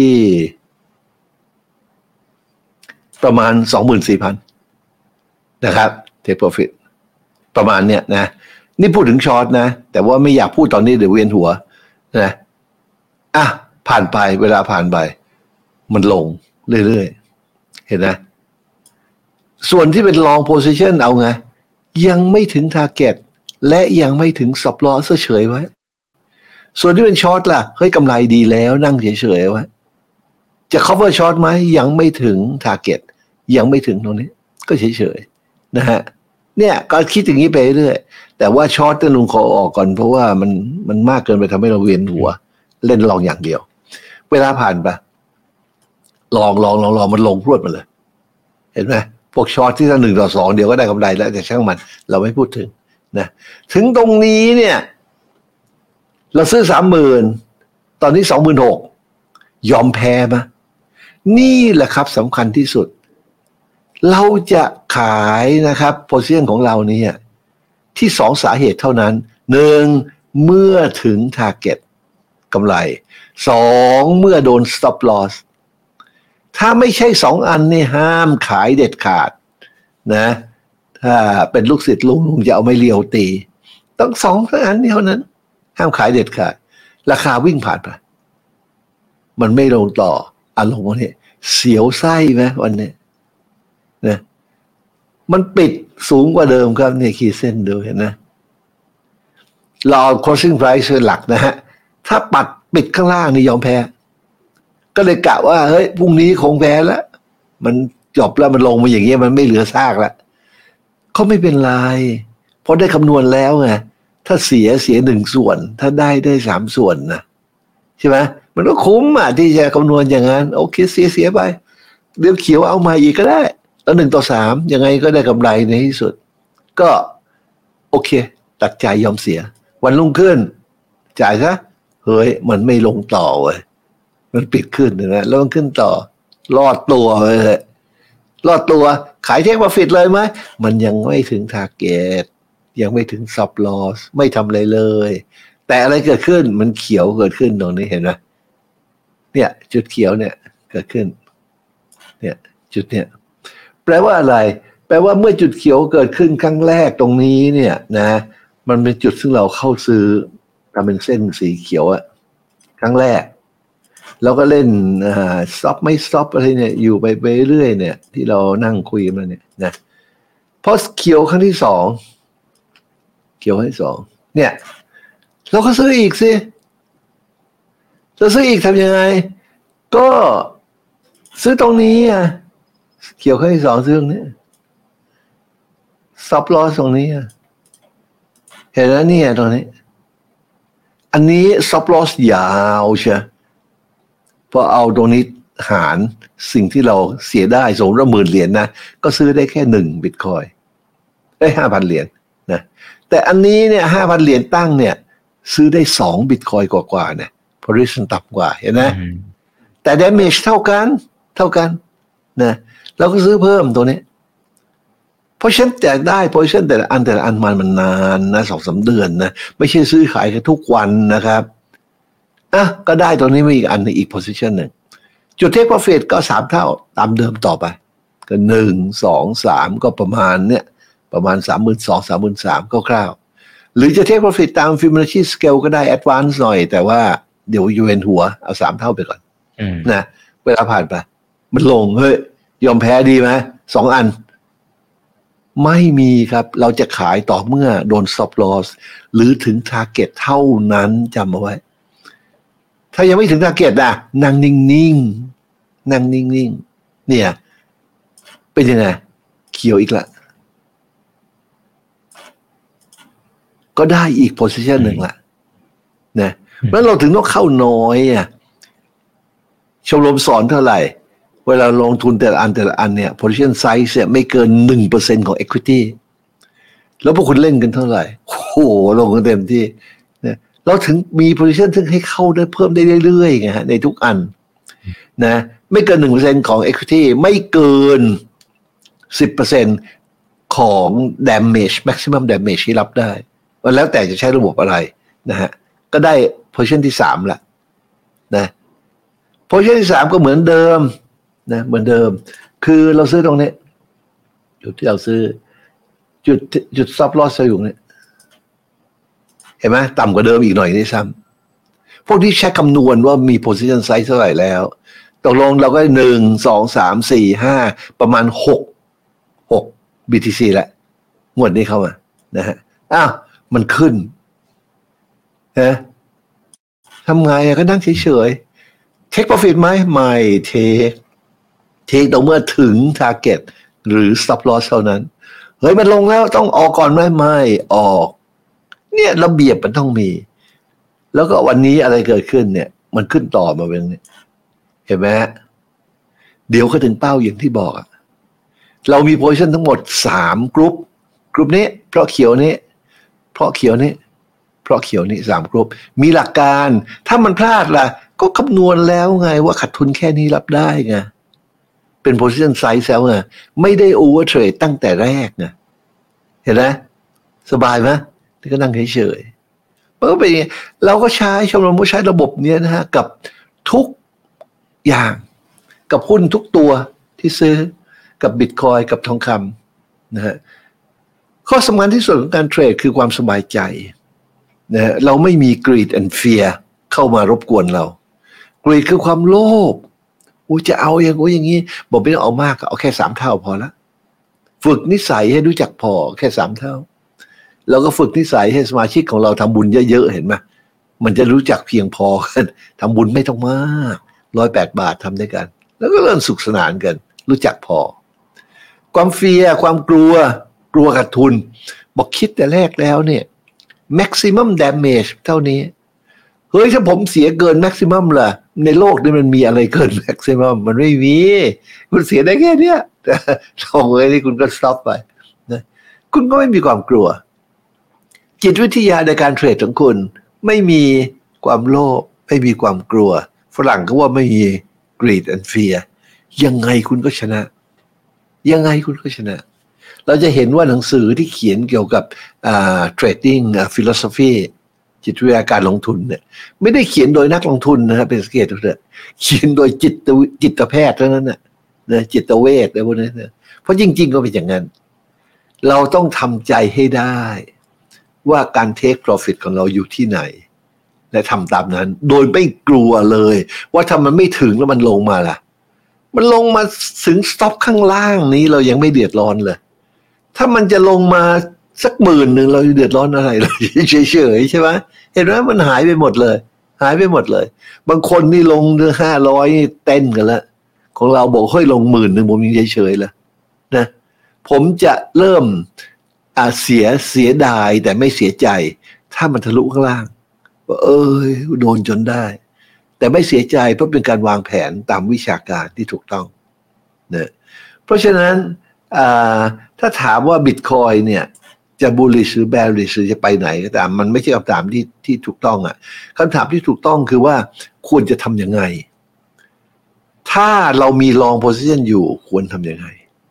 ประมาณ สองหมื่นสี่พัน นะครับ take profit ประมาณเนี้ยนะนี่พูดถึงช็อตนะแต่ว่าไม่อยากพูดตอนนี้เดี๋ยวเวียนหัวนะอ่ะผ่านไปเวลาผ่านไปมันลงเรื่อยๆเห็นนะส่วนที่เป็น long position เอาไงยังไม่ถึง target และยังไม่ถึง stop loss เฉยไว้ส่วนที่เป็นช็อตล่ะเฮ้ยกำไรดีแล้วนั่งเฉยๆไว้จะ cover short ไหมยังไม่ถึง target ยังไม่ถึงตรงนี้ก็เฉยๆนะฮะเนี่ยก็คิดอย่างนี้ไปเรื่อยแต่ว่าช็อตลุงขอออกก่อนเพราะว่ามันมันมากเกินไปทำให้เราเวียนหัวเล่นลองอย่างเดียวเวลาผ่านไปลองลองลองลองมันลงพรวดมาเลยเห็นไหมพวกช็อตที่ถ้าหนึ่งต่อสองเดี๋ยวก็ได้กำไรแล้วแต่ช่างมันเราไม่พูดถึงนะถึงตรงนี้เนี่ยเราซื้อสามหมื่นตอนนี้สองหมื่นหกยอมแพ้ไหมนี่แหละครับสำคัญที่สุดเราจะขายนะครับโพซิชันของเราเนี่ยที่สองสาเหตุเท่านั้นหนึ่งเมื่อถึง target กำไรสองเมื่อโดน stop loss ถ้าไม่ใช่สองอันนี่ห้ามขายเด็ดขาดนะถ้าเป็นลูกศิษย์ลุงลุงจะเอาไม่เลียวตีต้องสองอันนี้เท่านั้นห้ามขายเด็ดขาดราคาวิ่งผ่านไปมันไม่ลงต่ออารมณ์วันนี้เสียวไส้ไหมวันนี้นะมันปิดสูงกว่าเดิมครับเนี่ยขีดเส้นดูเห็นนะเราเอา closing price เป็นหลักนะฮะถ้าปัดปิดข้างล่างนี่ยอมแพ้ก็เลยกะว่าเฮ้ยพรุ่งนี้คงแพ้แล้วมันจบแล้วมันลงมาอย่างเงี้ยมันไม่เหลือซากแล้วเขาไม่เป็นไรเพราะได้คำนวณแล้วไงถ้าเสียเสียหนึ่งส่วนถ้าได้ได้สามส่วนนะใช่ไหมมันก็คุ้มอ่ะที่จะคำนวณอย่างนั้นโอเคเสียเสียไปเดี๋ยวเขียวเอามาอีกก็ได้แล้วหนึ่งต่อสามยังไงก็ได้กำไรในที่สุดก็โอเคตัดใจยอมเสียวันรุ่งขึ้นจ่ายซะเฮ้ยมันไม่ลงต่อเว้ยมันปิดขึ้นนะแล้วมันขึ้นต่อรอดตัวเลยรอดตัวขายเทคโปรฟิตเลยไหมมันยังไม่ถึง target ยังไม่ถึง stop loss ไม่ทำอะไรเลยแต่อะไรเกิดขึ้นมันเขียวเกิดขึ้นตรงนี้เห็นไหมเนี่ยจุดเขียวเนี่ยเกิดขึ้นเนี่ยจุดเนี่ยแปลว่าอะไรแปลว่าเมื่อจุดเขียวเกิดขึ้นครั้งแรกตรงนี้เนี่ยนะมันเป็นจุดซึ่งเราเข้าซื้อทำเป็นเส้นสีเขียวอะครั้งแรกแล้วก็เล่นอ่า stop ไม่ stop อะไรเนี่ยอยู่ไปไปเรื่อยเนี่ยที่เรานั่งคุยมาเนี่ยนะพอเขียวครั้งที่สองเขียวครั้งที่สองเนี่ยเราก็ซื้ออีกสิจะซื้ออีกทำยังไงก็ซื้อตรงนี้อ่ะเขียวครั้งที่สองซื้อตรงนี้ stop loss ตรงนี้อ่ะเห็นแล้วเนี่ยตรงนี้อันนี้ stop loss ยาวใช่พอเอาตรงนี้หารสิ่งที่เราเสียได้สมมติว่าหมื่นเหรียญนะก็ซื้อได้แค่หนึ่งบิตคอยน์ได้ห้าพันเหรียญนะแต่อันนี้เนี่ยห้าพันเหรียญตั้งเนี่ยซื้อได้สองบิตคอยน์กว่าๆเนี่ย position ต่ำกว่าเห็นไหมแต่ damage เท่ากันเท่ากันนะเราก็ซื้อเพิ่มตัวนี้เพราะฉะนั้นแต่ได้เพราะฉะนั้นแต่ละอันแต่ละอันมันมันนานนะสองสามเดือนนะไม่ใช่ซื้อขายกันทุกวันนะครับอ่ะก็ได้ตรงนี้มาอีกอันนึงอีก position หนึ่งจุด take profit ก็สามเท่าตามเดิมต่อไปก็หนึ่งสองสามก็ประมาณเนี่ยประมาณสามหมื่นสองสามหมื่นสามคร่าวๆหรือจะ take profit ตาม Fibonacci scale ก็ได้ advance หน่อยแต่ว่าเดี๋ยวยูเวนหัวเอาสามเท่าไปก่อนนะเวลาผ่านไปมันลงเฮ้ยยอมแพ้ดีไหมสองอันไม่มีครับเราจะขายต่อเมื่อโดน stop loss หรือถึง target เท่านั้นจำเอาไว้ถ้ายังไม่ถึง target นะนั่งนิ่งๆนั่งนิ่งๆเนี่ยเป็นยังไงเขียวอีกละก็ได้อีก position หนึ่งละนะแล้วเราถึงต้องเข้าน้อยอ่ะชมรมสอนเท่าไหร่เวลาลงทุนแต่ละอันแต่ละอันเนี่ย position size เนี่ยไม่เกิน หนึ่งเปอร์เซ็นต์ ของ equity แล้วพวกคุณเล่นกันเท่าไหร่โอ้โหลงกันเต็มที่นะเราถึงมี position ถึงให้เข้าได้เพิ่มได้เรื่อยๆไงฮะในทุกอันนะไม่เกิน หนึ่งเปอร์เซ็นต์ ของ equity ไม่เกิน สิบเปอร์เซ็นต์ ของ damage maximum damage ที่รับได้แล้วแต่จะใช้ระบบอะไรนะฮะก็ได้ position ที่สามละนะ position ที่สามก็เหมือนเดิมนะเหมือนเดิมคือเราซื้อตรงนี้จุดที่เราซื้อจุดจุด stop loss อยู่เนี่ยเห็นไหมต่ำกว่าเดิมอีกหน่อยนี่ซ้ำพวกที่ใช้คำนวณว่ามี position size เท่าไหร่แล้วตกลงเราก็หนึ่งสองสามสี่ห้าประมาณหกหก บี ที ซี แล้วงวดนี้เข้ามานะฮะอ้าวมันขึ้นนะทำไงก็นั่งเฉยๆเทค profit ไหมไม่เทคเทคต่อเมื่อถึง target หรือ stop loss เท่านั้นเฮ้ยมันลงแล้วต้องออกก่อนไหมไม่ออกเนี่ยระเบียบมันต้องมีแล้วก็วันนี้อะไรเกิดขึ้นเนี่ยมันขึ้นต่อมาเป็นเนี่ยเห็นไหมเดี๋ยวก็ถึงเป้าอย่างที่บอกอะเรามี position ทั้งหมดสามกรุ๊ปกรุ๊ปนี้เพราะเขียวนี้เพราะเขียวนี้เพราะเขียวนี้สามกรุ๊ปมีหลักการถ้ามันพลาดล่ะก็คำนวณแล้วไงว่าขาดทุนแค่นี้รับได้ไงเป็น position size แล้วไงไม่ได้ over trade ตั้งแต่แรกไงเห็นไหมสบายไหมที่ก็นั่งเฉยๆมันก็เป็นเราก็ใช้ชมรมก็ใช้ระบบนี้นะฮะกับทุกอย่างกับหุ้นทุกตัวที่ซื้อกับบิตคอยน์กับทองคำนะฮะข้อสำคัญที่สุดของการเทรดคือความสบายใจนะฮะเราไม่มี greed and fear เข้ามารบกวนเรา greed คือความโลภอู้จะเอาอย่างกูอย่างนี้บอกไม่ต้องเอามากเอาแค่สามเท่าพอละฝึกนิสัยให้รู้จักพอแค่สามเท่าแล้วก็ฝึกนิสัยให้สมาชิกของเราทำบุญเยอะๆเห็นไหมมันจะรู้จักเพียงพอกันทำบุญไม่ต้องมากร้อยแปดบาททำได้กันแล้วก็เริ่มสุขสนานกันรู้จักพอความเฟียความกลัวกลัวขาดทุนบอกคิดแต่แรกแล้วเนี่ย maximum damage เท่านี้เฮ้ยถ้าผมเสียเกิน maximum ล่ะในโลกนี้มันมีอะไรเกิน maximum มันไม่มีคุณเสียได้แค่เนี้ยลองเลยที่คุณก็ stop ไปนะคุณก็ไม่มีความกลัวจิตวิทยาในการเทรดของคุณไม่มีความโลภไม่มีความกลัวฝรั่งเขาว่าไม่มี greed and fear ยังไงคุณก็ชนะยังไงคุณก็ชนะเราจะเห็นว่าหนังสือที่เขียนเกี่ยวกับอ่า trading philosophy จิตวิทยาการลงทุนเนี่ยไม่ได้เขียนโดยนักลงทุนนะครับเป็นสังเกตดูเถอะเขียนโดยจิตจิตแพทย์เท่านั้นน่ะนะจิตเวชอะไรพวกนั้นนะเพราะจริงๆก็เป็นอย่างนั้นเราต้องทำใจให้ได้ว่าการ take profit ของเราอยู่ที่ไหนและทำตามนั้นโดยไม่กลัวเลยว่าถ้ามันไม่ถึงแล้วมันลงมาล่ะมันลงมาถึง stop ข้างล่างนี้เรายังไม่เดือดร้อนเลยถ้ามันจะลงมาสักหมื่นหนึ่งเราเดือดร้อนอะไรเลยเฉยๆใช่ไหมเห็นไหมมันหายไปหมดเลยหายไปหมดเลยบางคนนี่ลงเดือนห้าร้อยเต้นกันแล้วของเราบอกเฮ้ยลงหมื่นหนึ่งผมยังเฉยๆเลยนะผมจะเริ่มอ่าเสียเสียดายแต่ไม่เสียใจถ้ามันทะลุข้างล่างว่าเอ้ยโดนจนได้แต่ไม่เสียใจเพราะเป็นการวางแผนตามวิชาการที่ถูกต้องนะเพราะฉะนั้นถ้าถามว่าบิตคอยเนี่ยจะ bullish หรือ bearish หรือจะไปไหนก็ตามมันไม่ใช่คำถามที่ที่ถูกต้องอ่ะคำถามที่ถูกต้องคือว่าควรจะทำยังไงถ้าเรามี long position อยู่ควรทำยังไง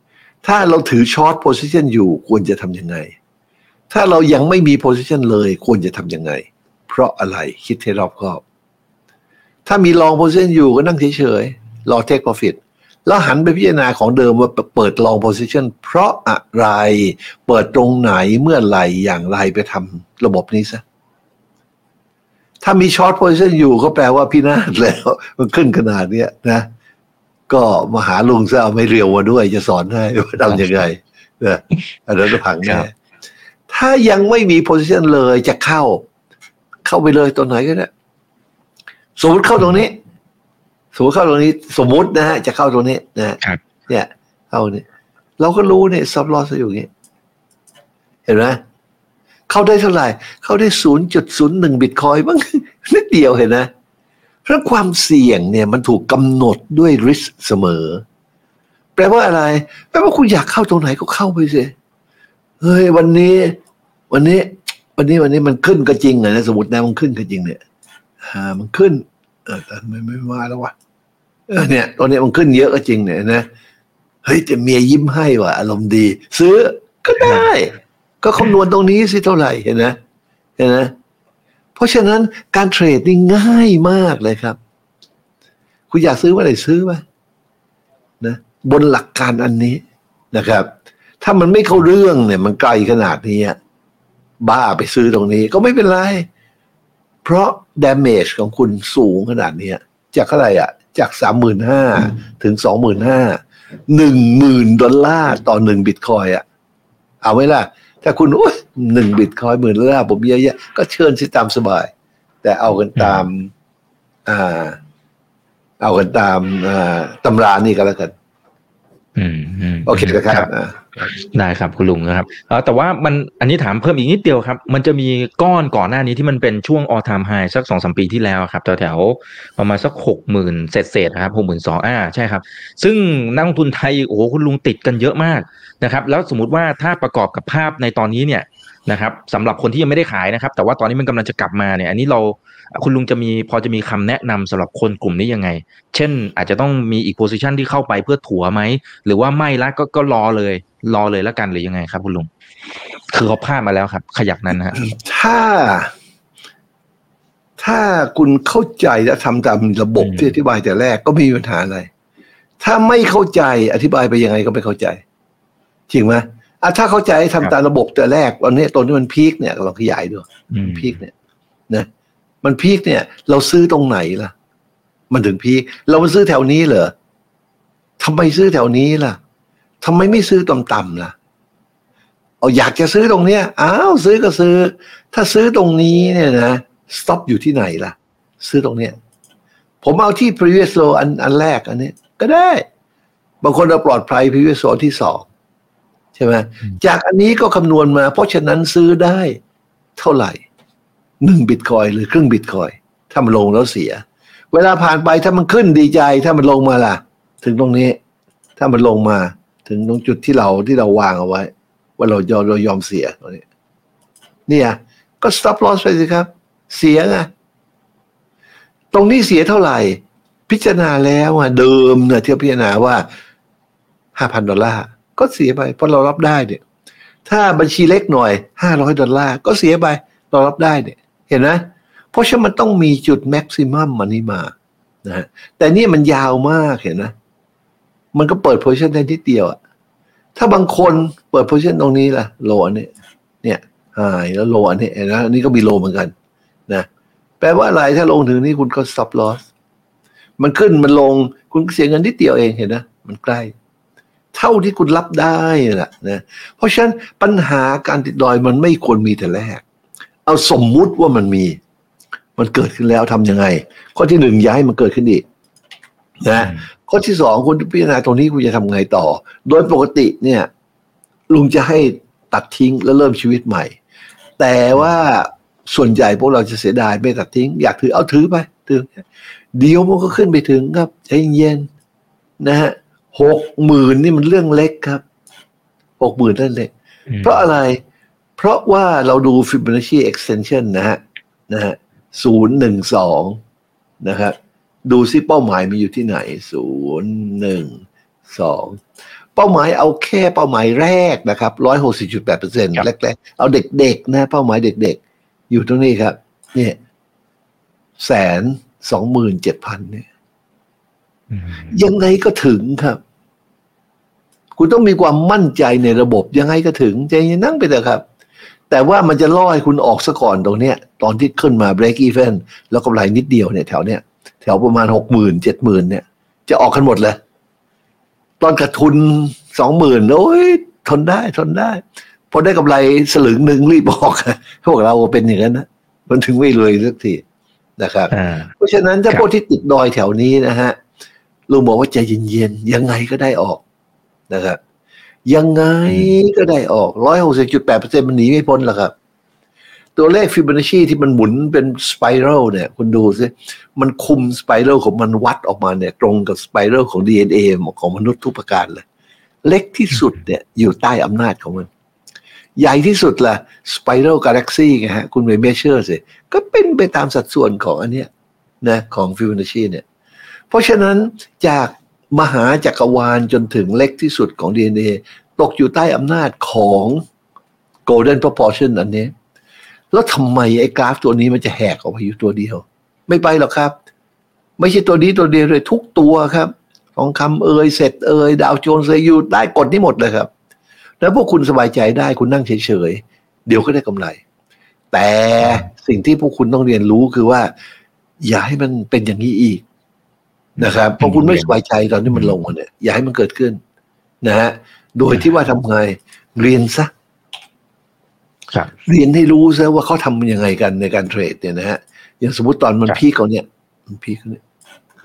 ถ้าเราถือช็อตโพซิชันอยู่ควรจะทำยังไงถ้าเรายังไม่มีโพซิชันเลยควรจะทำยังไงเพราะอะไรคิดให้รอบคอบถ้ามีลองโพซิชันอยู่ก็นั่งเฉยๆรอเทคโปรฟิตแล้วหันไปพิจารณาของเดิมว่าเปิดลองโพซิชันเพราะอะไรเปิดตรงไหนเมื่อไหร่อย่างไรไปทำระบบนี้ซะถ้ามีช็อตโพซิชันอยู่ก็แปลว่าพินาศแล้วมันขึ้นขนาดนี้นะก็มาหาลุงซะเอาไม่เรียวมาด้วยจะสอนให้ว่าทำยังไงนะอันนั้นจะพังแน่ถ้ายังไม่มีโพซิชันเลยจะเข้าเข้าไปเลยตัวไหนก็ได้สมมติเข้าตรงนี้สมมติเข้าตรงนี้สมมตินะฮะจะเข้าตรงนี้นะเนี่ยเข้านี่เราก็รู้เนี่ยซับลอสอยู่อย่างนี้เห็นไหมเข้าได้เท่าไหร่เข้าได้ ศูนย์จุดศูนย์หนึ่ง บิตคอยน์บ้างนิดเดียวเห็นนะเพราะความเสี่ยงเนี่ยมันถูกกำหนดด้วย risk เสมอแปลว่าอะไรแปลว่าคุณอยากเข้าตรงไหนก็เข้าไปสิเฮ้ยวันนี้วันนี้วันนี้วันนี้มันขึ้นก็จริงนะสมมตินะมันขึ้นก็จริงเนี่ยอ่ามันขึ้นเออแต่ไม่ไม่มาแล้ววะเออเนี่ยตอนนี้มันขึ้นเยอะก็จริงเนี่ยนะเฮ้ยแต่เมียยิ้มให้ว่ะอารมณ์ดีซื้อก็ได้ก็คำนวณตรงนี้สิเท่าไหร่เห็นนะเห็นนะเพราะฉะนั้นการเทรดนี่ง่ายมากเลยครับคุณอยากซื้อเมื่อไหร่ซื้อมานะบนหลักการอันนี้นะครับถ้ามันไม่เข้าเรื่องเนี่ยมันไกลขนาดนี้บ้าไปซื้อตรงนี้ก็ไม่เป็นไรเพราะ damage ของคุณสูงขนาดนี้จากเท่าไหร่อ่ะจาก สามหมื่นห้าพัน ถึง สองหมื่นห้าพัน หนึ่งหมื่น ดอลลาร์ต่อหนึ่งบิตคอยน์อ่ะเอาไว้ล่ะถ้าคุณโอ้ยหนึ่งบิตคอยน์หมื่นดอลลาร์ผมเยอะๆก็เชิญสิตามสบายแต่เอากันตามอ่าเอากันตามอ่าตำรานี่ก็แล้วกันอืมโอเคครับได้ครับคุณลุงนะครับแต่ว่ามันอันนี้ถามเพิ่มอีกนิดเดียวครับมันจะมีก้อนก่อนหน้านี้ที่มันเป็นช่วง all time high สัก สองถึงสาม ปีที่แล้วครับแถวๆประมาณสัก หกหมื่น เศษๆครับ หกหมื่นสองพัน อ่าใช่ครับซึ่งนักลงทุนไทยโอ้โหคุณลุงติดกันเยอะมากนะครับแล้วสมมุติว่าถ้าประกอบกับภาพในตอนนี้เนี่ยนะครับสำหรับคนที่ยังไม่ได้ขายนะครับแต่ว่าตอนนี้มันกำลังจะกลับมาเนี่ยอันนี้เราคุณลุงจะมีพอจะมีคำแนะนำสำหรับคนกลุ่มนี้ยังไงเช่นอาจจะต้องมีอีกโพซิชันที่เข้าไปเพื่อถัวไหมหรือว่าไม่ละก็ก็รอเลยรอเลยแล้วกันหรือยังไงครับคุณลุงคือเขาพลาดมาแล้วครับขยักนั้นฮะถ้าถ้าคุณเข้าใจและทำตามระบบที่อธิบายแต่แรกก็ไม่มีปัญหาอะไรถ้าไม่เข้าใจอธิบายไปยังไงก็ไม่เข้าใจจริงไหมอ่ะถ้าเข้าใจทำตามระบบแต่แรกตอนนี้ตอนนี้มันพีคเนี่ยเราขยายด้วยพีคเนี่ยนะมันพีคเนี่ยเราซื้อตรงไหนล่ะมันถึงพีคเรามาซื้อแถวนี้เหรอทำไมซื้อแถวนี้ล่ะทำไมไม่ซื้อต่ำๆล่ะเอาอยากจะซื้อตรงเนี้ยอ้าวซื้อก็ซื้อถ้าซื้อตรงนี้เนี่ยนะ stop อยู่ที่ไหนล่ะซื้อตรงเนี้ยผมเอาที่ previous low อันอันแรกอันนี้ก็ได้บางคนเอาปลอดภัย previous low ที่สองใช่ไหมจากอันนี้ก็คำนวณมาเพราะฉะนั้นซื้อได้เท่าไหร่หนึ่งบิตคอยหรือครึ่งบิตคอยถ้ามันลงแล้วเสียเวลาผ่านไปถ้ามันขึ้นดีใจถ้ามันลงมาล่ะถึงตรงนี้ถ้ามันลงมาถึงตรงจุดที่เราที่เราวางเอาไว้ว่าเรายอมเรายอมเสียตรงนี้เนี่ยก็ stop loss ไปสิครับเสียไงตรงนี้เสียเท่าไหร่พิจารณาแล้วอ่ะเดิมเนี่ยที่พิจารณาว่า ห้าพัน ดอลลาร์ก็เสียไปเพราะเรารับได้เนี่ยถ้าบัญชีเล็กหน่อยห้าร้อยดอลลาร์ก็เสียไปเรารับได้เนี่ยเห็นไหมเพราะฉะนั้นมันต้องมีจุดแม็กซิมัมมันนี้มานะฮะแต่นี่มันยาวมากเห็นไหมมันก็เปิดโพซิชันได้นิดเดียวอ่ะถ้าบางคนเปิดโพซิชันตรงนี้ล่ะโลอันนี้เนี่ยหายแล้วโลอันนี้นะอันนี้ก็มีโลเหมือนกันนะแปลว่าอะไรถ้าลงถึงนี้คุณก็ stop loss มันขึ้นมันลงคุณเสียเงินนิดเดียวเองเห็นนะมันใกล้เท่าที่คุณรับได้แหละนะเพราะฉะนั้นปัญหาการติดดอยมันไม่ควรมีแต่แรกเอาสมมุติว่ามันมีมันเกิดขึ้นแล้วทำยังไงข้อที่หนึ่งย้ายมันเกิดขึ้นอีกนะข้อที่สองคุณพิจารณาตรงนี้คุณจะทำไงต่อโดยปกติเนี่ยลุงจะให้ตัดทิ้งแล้วเริ่มชีวิตใหม่แต่ว่าส่วนใหญ่พวกเราจะเสียดายไม่ตัดทิ้งอยากถือเอาถือไปถือเดี๋ยวมันก็ขึ้นไปถึงครับใจเย็นนะฮะหกหมื่นนี่มันเรื่องเล็กครับหกหมื่นนั่นเล็กเพราะอะไรเพราะว่าเราดู Fibonacci extension นะฮะนะฮะศูนย์หนึ่งสองนะครับดูซิเป้าหมายมีอยู่ที่ไหนศูนย์หนึ่งสองเป้าหมายเอาแค่เป้าหมายแรกนะครับร้อยหกสิบจุดแปดเปอร์เซ็นต์แรกๆเอาเด็กๆนะเป้าหมายเด็กๆอยู่ตรงนี้ครับเนี่ยแสนสองหมื่นเจ็ดพันเนี่ยยังไงก็ถึงครับคุณต้องมีความมั่นใจในระบบยังไงก็ถึงใจนั่งไปเถอะครับแต่ว่ามันจะล่อให้คุณออกซะก่อนตรงเนี้ยตอนที่ขึ้นมา break even แล้วกำไรนิดเดียวเนี่ยแถวเนี้ยแถวประมาณหกหมื่นเจ็ดหมื่นเนี่ยจะออกกันหมดเลยตอนขาดทุนสองหมื่นโอ้ยทนได้ทนได้พอได้กำไรสลึงหนึ่งรีบออกพวกเราเป็นอย่างนั้นนะมันถึงไม่รวยสักทีนะครับเพราะฉะนั้นถ้าพวกที่ติดดอยแถวนี้นะฮะลุงบอกว่าใจเย็นๆยังไงก็ได้ออกนะครับยังไงก็ได้ออก หนึ่งร้อยหกสิบจุดแปดเปอร์เซ็นต์ มันหนีไม่พ้นหรอกครับตัวเลขฟิโบนัชชีที่มันหมุนเป็นสไปรัลเนี่ยคุณดูสิมันคุมสไปรัลของมันวัดออกมาเนี่ยตรงกับสไปรัลของ ดี เอ็น เอ ของมนุษย์ทุกประการเลยเล็กที่สุดเนี่ยอยู่ใต้อำนาจของมันใหญ่ที่สุดล่ะสไปรัลกาแล็กซี่ไงฮะคุณไปเมเชอร์สิก็เป็นไปตามสัดส่วนของอันเนี้ยนะของฟิโบนัชชีเนี่ยเพราะฉะนั้นจากมหาจักรวาลจนถึงเล็กที่สุดของ ดี เอ็น เอ ตกอยู่ใต้อำนาจของ Golden Proportion อันนี้แล้วทำไมไอ้กราฟตัวนี้มันจะแหกออกไปอยู่ตัวเดียวไม่ไปหรอกครับไม่ใช่ตัวนี้ตัวเดียวเลยทุกตัวครับทองคำเอ่ยเสร็จเอ่ยดาวโจนส์เอ่ยอยู่ได้กดนี้หมดเลยครับแล้วพวกคุณสบายใจได้คุณนั่งเฉยๆเดี๋ยวก็ได้กำไรแต่สิ่งที่พวกคุณต้องเรียนรู้คือว่าอย่าให้มันเป็นอย่างนี้อีกนะครับเพราะคุณไม่สบายใจตอนที่มันลงเนี่ยอย่าให้มันเกิดขึ้นนะฮะโดยที่ว่าทำไงเรียนซะเรียนให้รู้ซะว่าเขาทำมันยังไงกันในการเทรดเนี่ยนะฮะอย่างสมมติตอนมันพีคเขาเนี่ยมันพีคเขาเนี่ย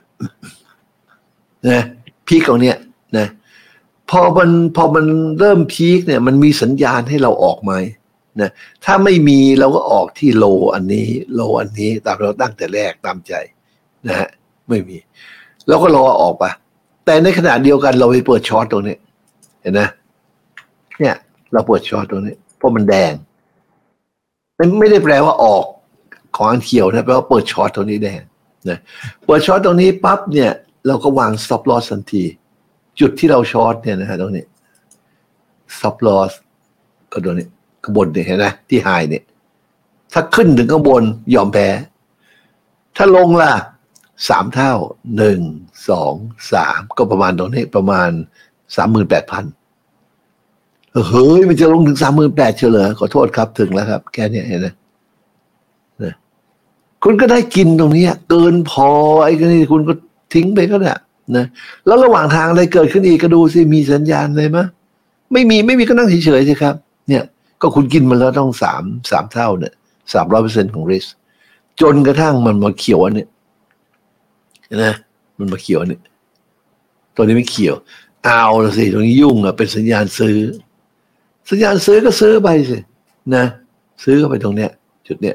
นะพีคเขาเนี่ยนะพอมันพอมันเริ่มพีคเนี่ยมันมีสัญญาณให้เราออกไหมนะถ้าไม่มีเราก็ออกที่โลอันนี้โลอันนี้ตามเราตั้งแต่แรกตามใจนะฮะไม่มีแล้วก็รอออกไปแต่ในขณะเดียวกันเราไปเปิดช็อตตรงนี้เห็นนะเนี่ยเราเปิดช็อตตรงนี้เพราะมันแดงมันไม่ได้แปลว่าออกของอันเขียวนะแปลว่าเปิดช็อตตรงนี้แดงนะเปิดช็อตตรงนี้ปั๊บเนี่ยเราก็วาง stop loss ทันทีจุดที่เราช็อตเนี่ยนะฮะตรงนี้ stop loss ก็ตรงนี้ข้างบนเนี่ยเห็นไหมที่ไฮเนี่ยถ้าขึ้นถึงข้างบนยอมแพ้ถ้าลงล่ะสามเท่าหนึ่งสองสามก็ประมาณตรงนี้ประมาณสามหมื่นแปดพันเฮ้ยมันจะลงถึงสามหมื่นแปดเฉลยขอโทษครับถึงแล้วครับแค่นี้เห็นไหมนะคุณก็ได้กินตรงนี้เกินพอไอ้นี่คุณก็ทิ้งไปก็ได้นะแล้วระหว่างทางอะไรเกิดขึ้นอีกก็ดูสิมีสัญญาณเลยมั้ยไม่มีไม่มีก็นั่งเฉยๆสิครับเนี่ยก็คุณกินมันแล้วต้องสามสามเท่าเนี่ยสามร้อยเปอร์เซ็นต์ของ risk จนกระทั่งมันมาเขียวอันนี้นะมันมาเขียวเนี่ยตัวนี้ไม่เขียวเอาละสิตรงนี้ยุ่งอ่ะเป็นสัญญาณซื้อสัญญาณซื้อก็ซื้อไปสินะซื้อเข้าไปตรงเนี้ยจุดเนี้ย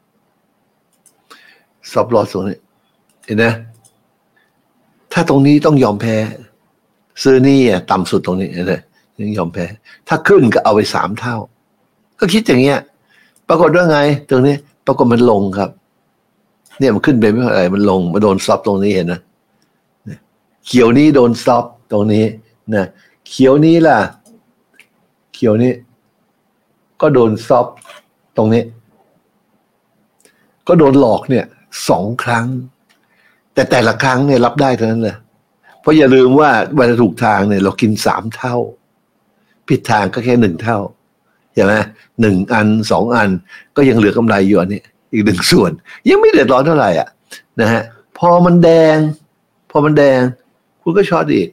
ซับลอสตรงนี้เห็นไหมถ้าตรงนี้ต้องยอมแพ้ซื้อนี่อ่ะต่ำสุดตรงนี้เห็นไหมยังยอมแพ้ถ้าขึ้นก็เอาไปสามเท่าก็คิดอย่างเงี้ยปรากฏว่าไงตรงนี้ปรากฏมันลงครับเนี่ยมันขึ้นไปไม่เท่าไหร่มันลงมาโดนซับตรงนี้เห็นนะเขียวนี้โดนซับตรงนี้นะเขียวนี้ล่ะเขียวนี้ก็โดนซับตรงนี้ก็โดนหลอกเนี่ยสองครั้งแต่แต่ละครั้งเนี่ยรับได้เท่านั้นเลยเพราะอย่าลืมว่าเวลาถูกทางเนี่ยเรากินสามเท่าผิดทางก็แค่หนึ่งเท่าใช่ไหมหนึ่งอันสองอันก็ยังเหลือกำไรอยู่อันนี้อีกหนึ่งส่วนยังไม่เดือดร้อนเท่าไหร่อ่ะนะฮะพอมันแดงพอมันแดงคุณก็ช็อตอีก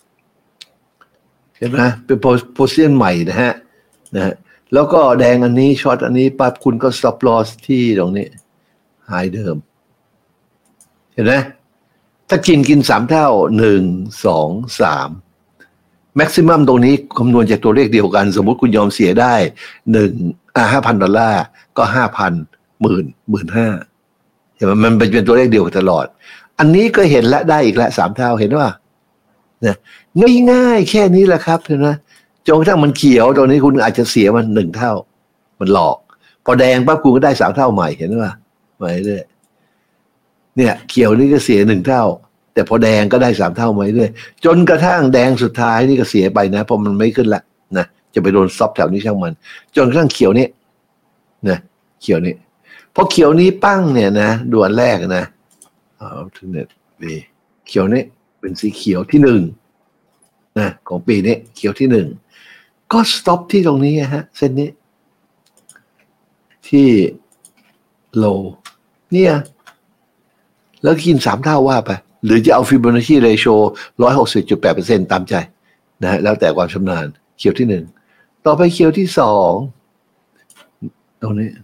เห็นไหมเป็นโพซิชั่นใหม่นะฮะนะฮะแล้วก็แดงอันนี้ช็อตอันนี้ปั๊บคุณก็ stop loss ที่ตรงนี้หายเดิมเห็นไหมถ้ากินกินสามเท่าหนึ่งสองสามแม็กซิมัมตรงนี้คำนวณจากตัวเลขเดียวกันสมมุติคุณยอมเสียได้หนึ่งอ่าห้าพันดอลลาร์ก็ห้าพันหมื่นหมื่นห้าเห็นไหมมันเป็นตัวเลขเดียวกันตลอดอันนี้ก็เห็นและได้อีกแล้วสามเท่าเห็นว่านะง่ายๆแค่นี้แหละครับเห็นไหมจนกระทั่งมันเขียวตรงนี้คุณอาจจะเสียมันหนึ่งเท่ามันหลอกพอแดงปั๊บคุณก็ได้สามเท่าใหม่เห็นว่าใหม่เรื่อยเนี่ยเขียวนี่ก็เสียหนึ่งเท่าแต่พอแดงก็ได้สามเท่ามาเรื่อยจนกระทั่งแดงสุดท้ายนี่ก็เสียไปนะเพราะมันไม่ขึ้นละนะจะไปโดนซอฟแถวนี้ช่างมันจนกระทั่งเขียวนี้นะเขียวนี้พอเขียวนี้ปั้งเนี่ยนะด่วนแรกนะเอาถึงเนี่ยปีเขียวนี้เป็นสีเขียวที่หนึ่งนะของปีนี้เขียวที่หนึ่งก็สต็อปที่ตรงนี้ฮะเส้นนี้ที่โลเนี่ยแล้วกินสามเท่าว่าไปหรือจะเอาฟิโบนัชชีเรโช หนึ่งร้อยหกสิบจุดแปดเปอร์เซ็นต์ ตามใจนะฮะแล้วแต่ความชำนาญเขียวที่หนึ่งต่อไปเขียวที่สองตรงนี้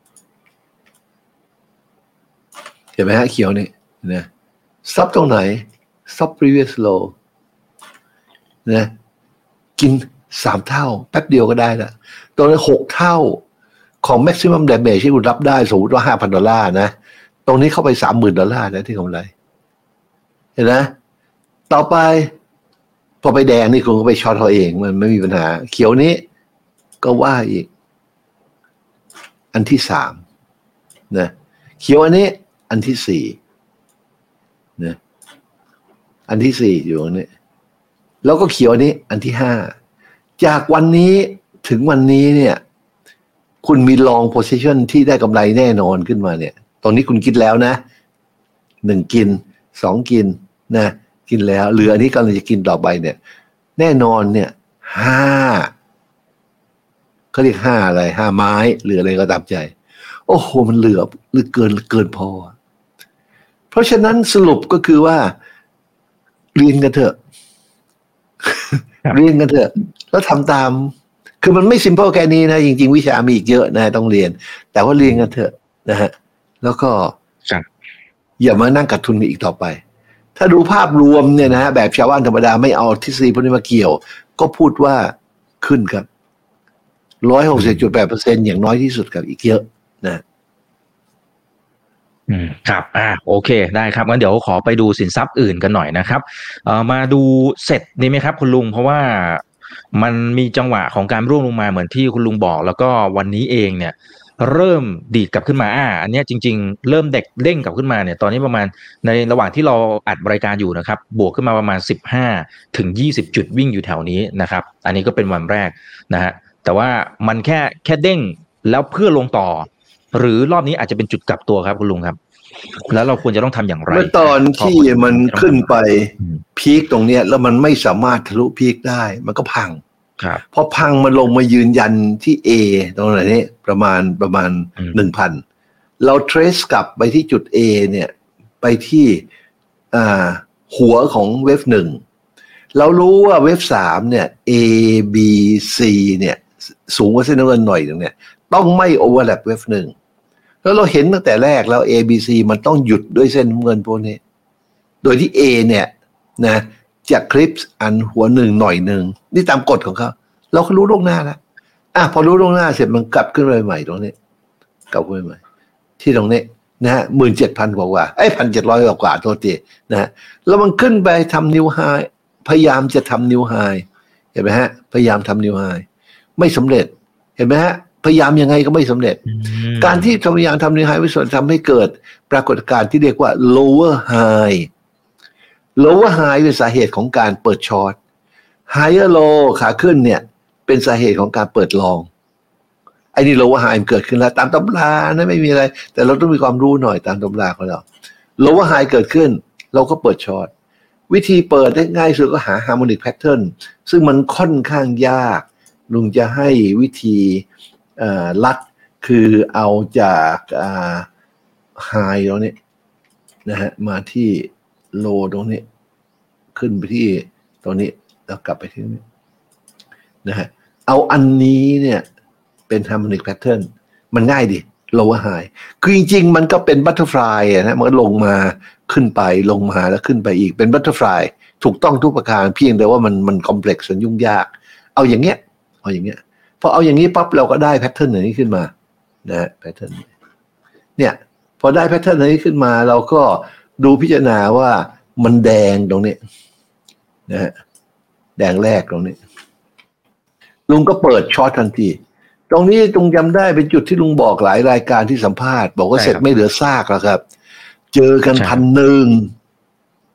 เห็นไหมฮะเขียวนี่นะซับตรงไหนซับ previous low นะกินสามเท่าแป๊บเดียวก็ได้ละตรงนี้หกเท่าของ maximum damage ที่คุณรับได้สมมติว่า ห้าพัน ดอลลาร์นะตรงนี้เข้าไป สามหมื่น ดอลลาร์นะที่กำไรเห็นไหมต่อไปพอไปแดงนี่คุณก็ไปช็อตเขาเองมันไม่มีปัญหาเขียวนี้ก็ว่าอีกอันที่สามนะเขียวอันนี้อันที่สี่นะอันที่สี่อยู่ตรงนี้แล้วก็เขียวอันนี้อันที่ห้าจากวันนี้ถึงวันนี้เนี่ยคุณมี long position ที่ได้กำไรแน่นอนขึ้นมาเนี่ยตรงนี้คุณคิดแล้วนะหนึ่งกินสองกินนะกินแล้วเหลืออันนี้กำลังจะกินต่อไปเนี่ยแน่นอนเนี่ยห้าเขาเรียกห้าอะไรห้าไม้หรืออะไรก็ตามใจโอ้โหมันเหลือหรือเกินเกินพอเพราะฉะนั้นสรุปก็คือว่าเรียนกันเถอะเรียนกันเถอะแล้วทำตามคือมันไม่ซิมเปิลแค่นี้นะจริงๆวิชามีอีกเยอะนะต้องเรียนแต่ว่าเรียนกันเถอะนะฮะแล้วก็อย่ามานั่งกัดทุนอีกต่อไปถ้าดูภาพรวมเนี่ยนะฮะแบบชาวบ้านธรรมดาไม่เอาทฤษฎีพวกนี้มาเกี่ยวก็พูดว่าขึ้นครับ หนึ่งร้อยหกสิบจุดแปดเปอร์เซ็นต์ อย่างน้อยที่สุดครับอีกเยอะนะอืมครับอ่าโอเคได้ครับงั้นเดี๋ยวขอไปดูสินทรัพย์อื่นกันหน่อยนะครับเอ่อมาดูเสร็จดีไหมครับคุณลุงเพราะว่ามันมีจังหวะของการร่วงลงมาเหมือนที่คุณลุงบอกแล้วก็วันนี้เองเนี่ยเริ่มดีดกลับขึ้นมาอ่าอันนี้จริงๆเริ่มเด็กเด้งกลับขึ้นมาเนี่ยตอนนี้ประมาณในระหว่างที่เราอัดรายการอยู่นะครับบวกขึ้นมาประมาณสิบห้าถึงยี่สิบจุดวิ่งอยู่แถวนี้นะครับอันนี้ก็เป็นวันแรกนะฮะแต่ว่ามันแค่แค่เด้งแล้วเพื่อลงต่อหรือรอบนี้อาจจะเป็นจุดกลับตัวครับคุณลุงครับแล้วเราควรจะต้องทำอย่างไรเมื่อตอนที่มันขึ้นไปพีคตรงเนี้ยแล้วมันไม่สามารถทะลุพีคได้มันก็พังพอพังมันลงมายืนยันที่ A ตรงไหนนี่ประมาณประมาณ หนึ่งพัน เรา trace กลับไปที่จุด A เนี่ยไปที่อ่าหัวของเวฟหนึ่งเรารู้ว่าเวฟสามเนี่ย A B C เนี่ยสูงกว่าเส้นน้ำเงินหน่อยตรงเนี้ยต้องไม่ overlap เวฟหนึ่งแล้วเราเห็นตั้งแต่แรกแล้ว A B C มันต้องหยุดด้วยเส้นน้ำเงินพวกนี้โดยที่ A เนี่ยนะจากคลิปอันหัวหนึ่งหน่อยหนึ่งนี่ตามกฎของเขาเราก็รู้ล่วงหน้าแล้วอ่ะพอรู้ล่วงหน้าเสร็จมันกลับขึ้นไปใหม่ตรงนี้กลับขึ้นไปใหม่ที่ตรงนี้นะฮะหมื่นเจ็ดพันกว่ากว่าไอ้พันเจ็ดร้อยกว่ากว่าโทษทีนะฮะแล้วมันขึ้นไปทำนิวไฮพยายามจะทำนิวไฮเห็นไหมฮะพยายามทำนิวไฮไม่สำเร็จเห็นไหมฮะพยายามยังไงก็ไม่สำเร็จการที่พยายามทำนิวไฮวิสุทธ์ทำให้เกิดปรากฏการณ์ที่เรียกว่า lower high lower high เป็นสาเหตุของการเปิดช็อต higher low ขาขึ้นเนี่ยเป็นสาเหตุของการเปิดลองไอ้นี่ lower high เกิดขึ้นแล้วตามตำรานะไม่มีอะไรแต่เราต้องมีความรู้หน่อยตามตำราของเรา lower high เกิดขึ้นเราก็เปิดช็อตวิธีเปิดได้ง่ายสุดก็หา harmonic pattern ซึ่งมันค่อนข้างยากลุงจะให้วิธีลัดคือเอาจากไฮตรงนี้นะฮะมาที่โลตรงนี้ขึ้นไปที่ตรงนี้แล้วกลับไปที่นี้นะฮะเอาอันนี้เนี่ยเป็น harmonic pattern มันง่ายดิ lower high คือจริงๆมันก็เป็น butterfly นะมันก็ลงมาขึ้นไปลงมาแล้วขึ้นไปอีกเป็น butterfly ถูกต้องทุกประการเพียงแต่ว่ามันมัน complex มันยุ่งยากเอาอย่างเงี้ยเอาอย่างเงี้ยพอเอาอย่างนี้ปั๊บเราก็ได้แพทเทิร์นอย่างนี้ขึ้นมานะแพทเทิร์นเนี่ยพอได้แพทเทิร์นอย่างนี้ขึ้นมาเราก็ดูพิจารณาว่ามันแดงตรงนี้นะฮะแดงแรกตรงนี้ลุงก็เปิดช็อตทันทีตรงนี้ลุงจำได้เป็นจุดที่ลุงบอกหลายรายการที่สัมภาษณ์บอกว่าเสร็จไม่เหลือซากแล้วครับเจอกันพันหนึ่ง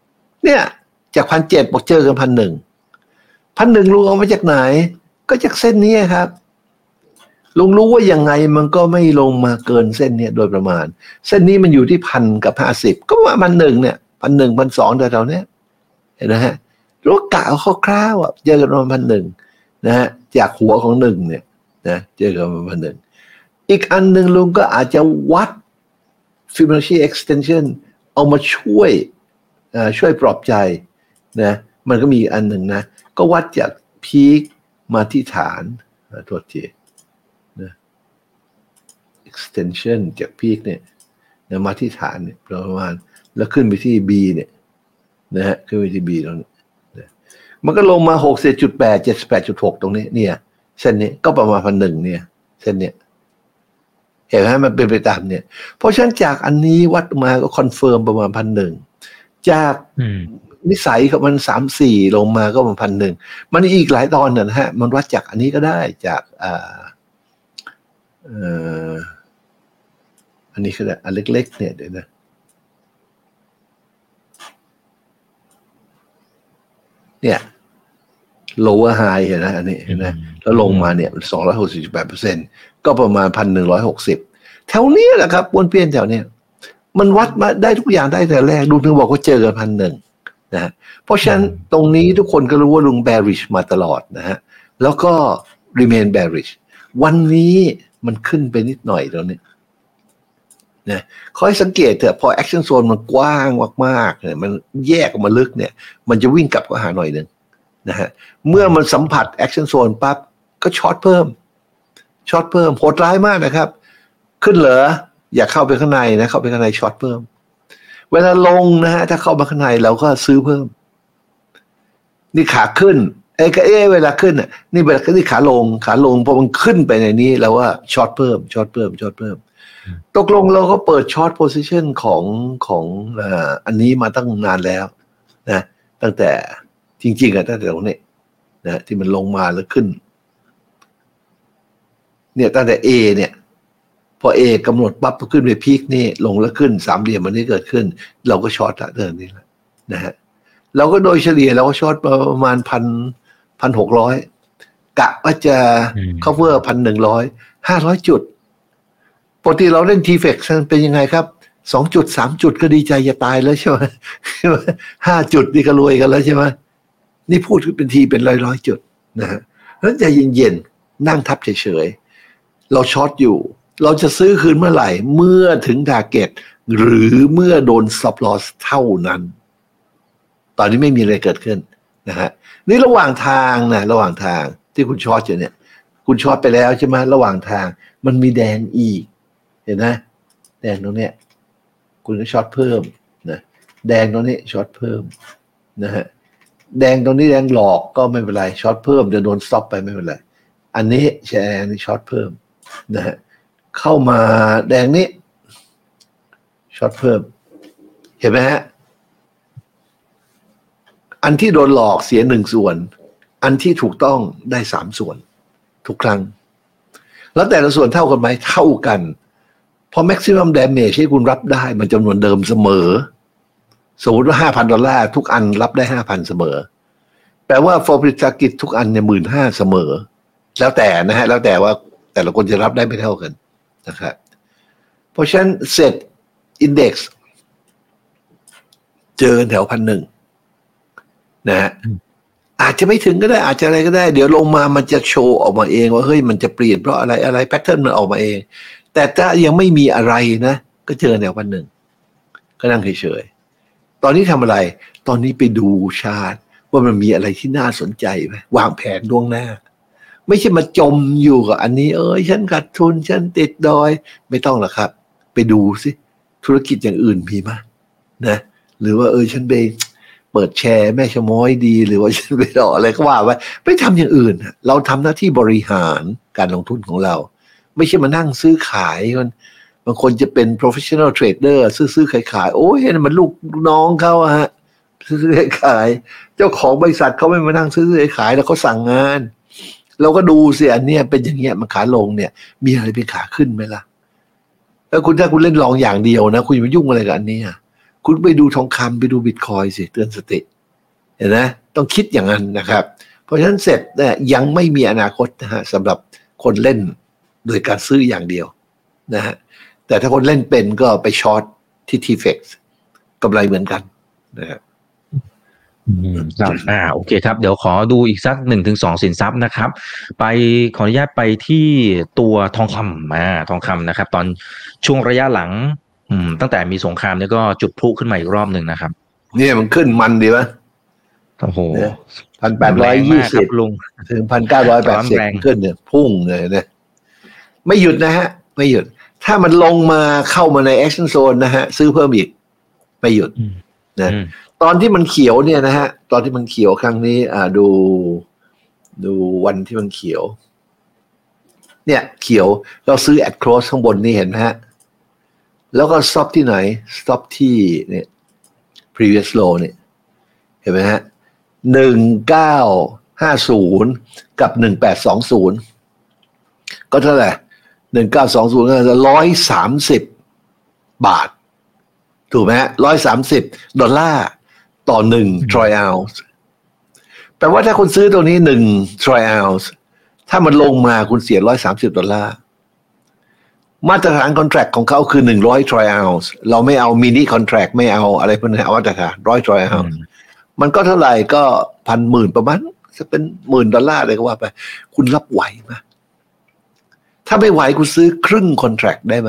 เนี่ยจากพันเจ็ดบอกเจอกันพันหนึ่งพันหนึ่งลุงเอามาจากไหนก็จากเส้นนี้ครับลุงรู้ว่ายังไงมันก็ไม่ลงมาเกินเส้นนี้โดยประมาณเส้นนี้มันอยู่ที่พันกับห้าสิบก็ว่าพันหนึ่งเนี่ยพันหนึ่งพันสองแถวๆนี้เห็นไหมฮะรู้กะเอาคร่าวๆอ่ะเจอกันประมาณพันหนึ่งนะฮะจากหัวของหนึ่งเนี่ยนะเจอกันประมาณพันหนึ่งอีกอันหนึ่งลุงก็อาจจะวัด Fibonacci extension เอามาช่วยช่วยปลอบใจนะมันก็มีอันหนึ่งนะก็วัดจากพีคมาที่ฐานโทษทีนะ extension จากพีคเนี่ยนะมาที่ฐานเนี่ยประมาณแล้วขึ้นไปที่ B เนี่ยนะฮะขึ้นไปที่ B ตรงนี้นะมันก็ลงมา หกสิบเจ็ดจุดแปด เจ็ดสิบแปดจุดหก ตรงนี้เนี่ยเส้นนี้ก็ประมาณพันหนึ่งเนี่ยเส้นเนี้ยเห็นไหมมันเป็นไปตามเนี่ยเพราะฉะนั้นจากอันนี้วัดมาก็คอนเฟิร์มประมาณพันหนึ่งจากนิสัยของมันสามสี่ลงมาก็ประมาณพันหนึ่งมันอีกหลายตอนนะฮะมันวัดจากอันนี้ก็ได้จากอ่าเอ่ออันนี้คืออันเล็กๆเนี่ยเดี๋ยวนะเนี่ย lower high เห็นนะอันนี้เห็นนะแล้วลงมาเนี่ยสองร้อยหกสิบแปดเปอร์เซ็นต์ก็ประมาณพันหนึ่งร้อยหกสิบแถวนี้แหละครับวนเปี้ยนแถวเนี้ยมันวัดมาได้ทุกอย่างได้แต่แรกลุงถึงบอกว่าเจอกันพันหนึ่งนะเพราะฉะนั้นตรงนี้ทุกคนก็รู้ว่าลุง bearish มาตลอดนะฮะแล้วก็ remain bearish วันนี้มันขึ้นไปนิดหน่อยตรงนี้นะคอยสังเกตเถอะพอ action zone มันกว้างมากๆเนี่ยมันแยกออกมาลึกเนี่ยมันจะวิ่งกลับก็หาหน่อยนึงนะฮะเมื่อมันสัมผัส action zone ปั๊บก็ช็อตเพิ่มช็อตเพิ่มโหดร้ายมากนะครับขึ้นเหรออย่าเข้าไปข้างในนะเข้าไปข้างในช็อตเพิ่มเวลาลงนะฮะถ้าเข้ามาข้างในเราก็ซื้อเพิ่มนี่ขาขึ้นไอ้ก็เอ๊ะเวลาขึ้นอ่ะนี่เวลาที่ขาลงขาลงพอมันขึ้นไปในนี้เราว่าช็อตเพิ่มช็อตเพิ่มช็อตเพิ่มตกลงเราก็เปิดช็อตโพซิชันของของอ่าอันนี้มาตั้งนานแล้วนะตั้งแต่จริงๆอ่ะตั้งแต่ตรงนี้นะที่มันลงมาแล้วขึ้นเนี่ยตั้งแต่ A เนี่ยพอ A กำหนดปั๊บก็ขึ้นไปพีคนี่ลงแล้วขึ้นสามเหลี่ยมมันนี้เกิดขึ้นเราก็ช็อตละเดินนี่แหละนะฮะเราก็โดยเฉลี่ยเราก็ช็อตประมาณพันพันหกร้อยกะว่าจะ cover พันหนึ่งร้อยห้าร้อยจุดปกติเราเล่น ที เอฟ อี ซี เป็นยังไงครับสองจุดสามจุดก็ดีใจจะตายแล้วใช่ไหมห้าจุดนี่ก็รวยกันแล้วใช่ไหมนี่พูดเป็นทีเป็นร้อยร้อยจุดนะฮะแล้วใจเย็นๆนั่งทับเฉยๆเราช็อตอยู่เราจะซื้อคืนเมื่อไหร่เมื่อถึง target หรือเมื่อโดน stop loss เท่านั้นตอนนี้ไม่มีอะไรเกิดขึ้นนะฮะนี่ระหว่างทางนะระหว่างทางที่คุณช็อตอยู่เนี่ยคุณช็อตไปแล้วใช่ไหมระหว่างทางมันมีแดงอีกเห็นไหมแดงตรงเนี้ยคุณก็ช็อตเพิ่มนะแดงตรงนี้ช็อตเพิ่มนะฮะแดงตรงนี้แดงหลอกก็ไม่เป็นไรช็อตเพิ่มจะโดน stop ไปไม่เป็นไรอันนี้แชร์นี่ช็อตเพิ่มนะฮะเข้ามาแดงนี้ช็อตเพิ่มเห็นไหมฮะอันที่โดนหลอกเสียหนึ่งส่วนอันที่ถูกต้องได้สามส่วนทุกครั้งแล้วแต่ละส่วนเท่ากันไหมเท่ากันพอ maximum damage ที่คุณรับได้มันจำนวนเดิมเสมอสมมติว่า ห้าพัน ดอลลาร์ทุกอันรับได้ ห้าพัน เสมอแปลว่า for บริษัทกิจทุกอันเนี่ย หนึ่งหมื่นห้าพัน เสมอแล้วแต่นะฮะแล้วแต่ว่าแต่ละคนจะรับได้ไม่เท่ากันนะครับเพราะฉะนั้นเสร็จ index เจอแถวพันหนึ่งนะฮะอาจจะไม่ถึงก็ได้อาจจะอะไรก็ได้เดี๋ยวลงมามันจะโชว์ออกมาเองว่าเฮ้ยมันจะเปลี่ยนเพราะอะไรอะไรแพทเทิร์นมันออกมาเองแต่ถ้ายังไม่มีอะไรนะก็เจอแถวพันหนึ่งก็นั่งเฉยๆตอนนี้ทำอะไรตอนนี้ไปดูชาร์ตว่ามันมีอะไรที่น่าสนใจไหมวางแผนล่วงหน้าไม่ใช่มาจมอยู่กับอันนี้เอ้ยฉันขาดทุนฉันติดดอยไม่ต้องหรอกครับไปดูสิธุรกิจอย่างอื่นมีมั้ยนะหรือว่าเออฉันไปเปิดแชร์แม่ชะม้อยดีหรือว่าฉันไปรออะไรก็ว่าไว้ไปทำอย่างอื่นเราทำหน้าที่บริหารการลงทุนของเราไม่ใช่มานั่งซื้อขายมันบางคนจะเป็น professional trader ซื้อๆขายๆโอ้ยมันลูกน้องเขาฮะซื้อๆขายเจ้าของบริษัทเขาไม่มานั่งซื้อๆขายแล้วเขาสั่งงานเราก็ดูสิอันเนี้ยเป็นอย่างเงี้ยมันขาลงเนี่ยมีอะไรเป็นขาขึ้นไหมล่ะแล้วคุณถ้าคุณเล่นลองอย่างเดียวนะคุณอย่าไปยุ่งอะไรกับอันนี้คุณไปดูทองคำไปดูบิตคอยสิเตือนสติเห็นไหมต้องคิดอย่างนั้นนะครับเพราะฉะนั้นเสร็จเนี่ยยังไม่มีอนาคตนะฮะสำหรับคนเล่นโดยการซื้ออย่างเดียวนะฮะแต่ถ้าคนเล่นเป็นก็ไปช็อตที่ ที เฟกซ์ กำไรเหมือนกันนะฮะอืมครับอ่าโอเคครับเดี๋ยวขอดูอีกสักหนึ่งถึงสองสินทรัพย์นะครับไปขออนุญาตไปที่ตัวทองคำอ่าทองคำนะครับตอนช่วงระยะหลังอืมตั้งแต่มีสงครามเนี่ยก็จุดพลุขึ้นมาอีกรอบหนึ่งนะครับเนี่ยมันขึ้นมันดีวะโอ้โหพันแปดร้อยยี่สิบลุงถึงพันเก้าร้อยแปดสิบขึ้นเนี่ยพุ่งเลยเนี่ยไม่หยุดนะฮะไม่หยุดถ้ามันลงมาเข้ามาใน action zone นะฮะซื้อเพิ่มอีกไม่หยุดนะตอนที่มันเขียวเนี่ยนะฮะตอนที่มันเขียวครั้งนี้อ่าดูดูวันที่มันเขียวเนี่ยเขียวเราซื้อ at close ข้างบนนี่เห็นไหมฮะแล้วก็ stop ที่ไหน stop ที่เนี่ย previous low เนี่ยเห็นไหมฮะหนึ่งเก้าห้าศูนย์กับหนึ่งแปดสองศูนย์ก็เท่าไหร่หนึ่งเก้าสองศูนย์ก็จะร้อยสามสิบบาทถูกไหมฮะร้อยสามสิบดอลลาร์ต่อหนึ่งทรอยอัลส์แปลว่าถ้าคุณซื้อตัวนี้หนึ่งทรอยอัลส์ถ้ามันลงมาคุณเสียร้อยสามสิบดอลลาร์มาตรฐานคอนแทรคของเขาคือหนึ่งร้อยทรอยอัลส์เราไม่เอามินิคอนแทรคไม่เอาอะไรพวกนี้เอามาตรฐานร้อยทรอยอัลส์มันก็เท่าไหร่ก็พันหมื่นประมาณจะเป็นหมื่นดอลลาร์เลยก็ว่าไปคุณรับไหวไหมถ้าไม่ไหวคุณซื้อครึ่งคอนแทรคได้ไหม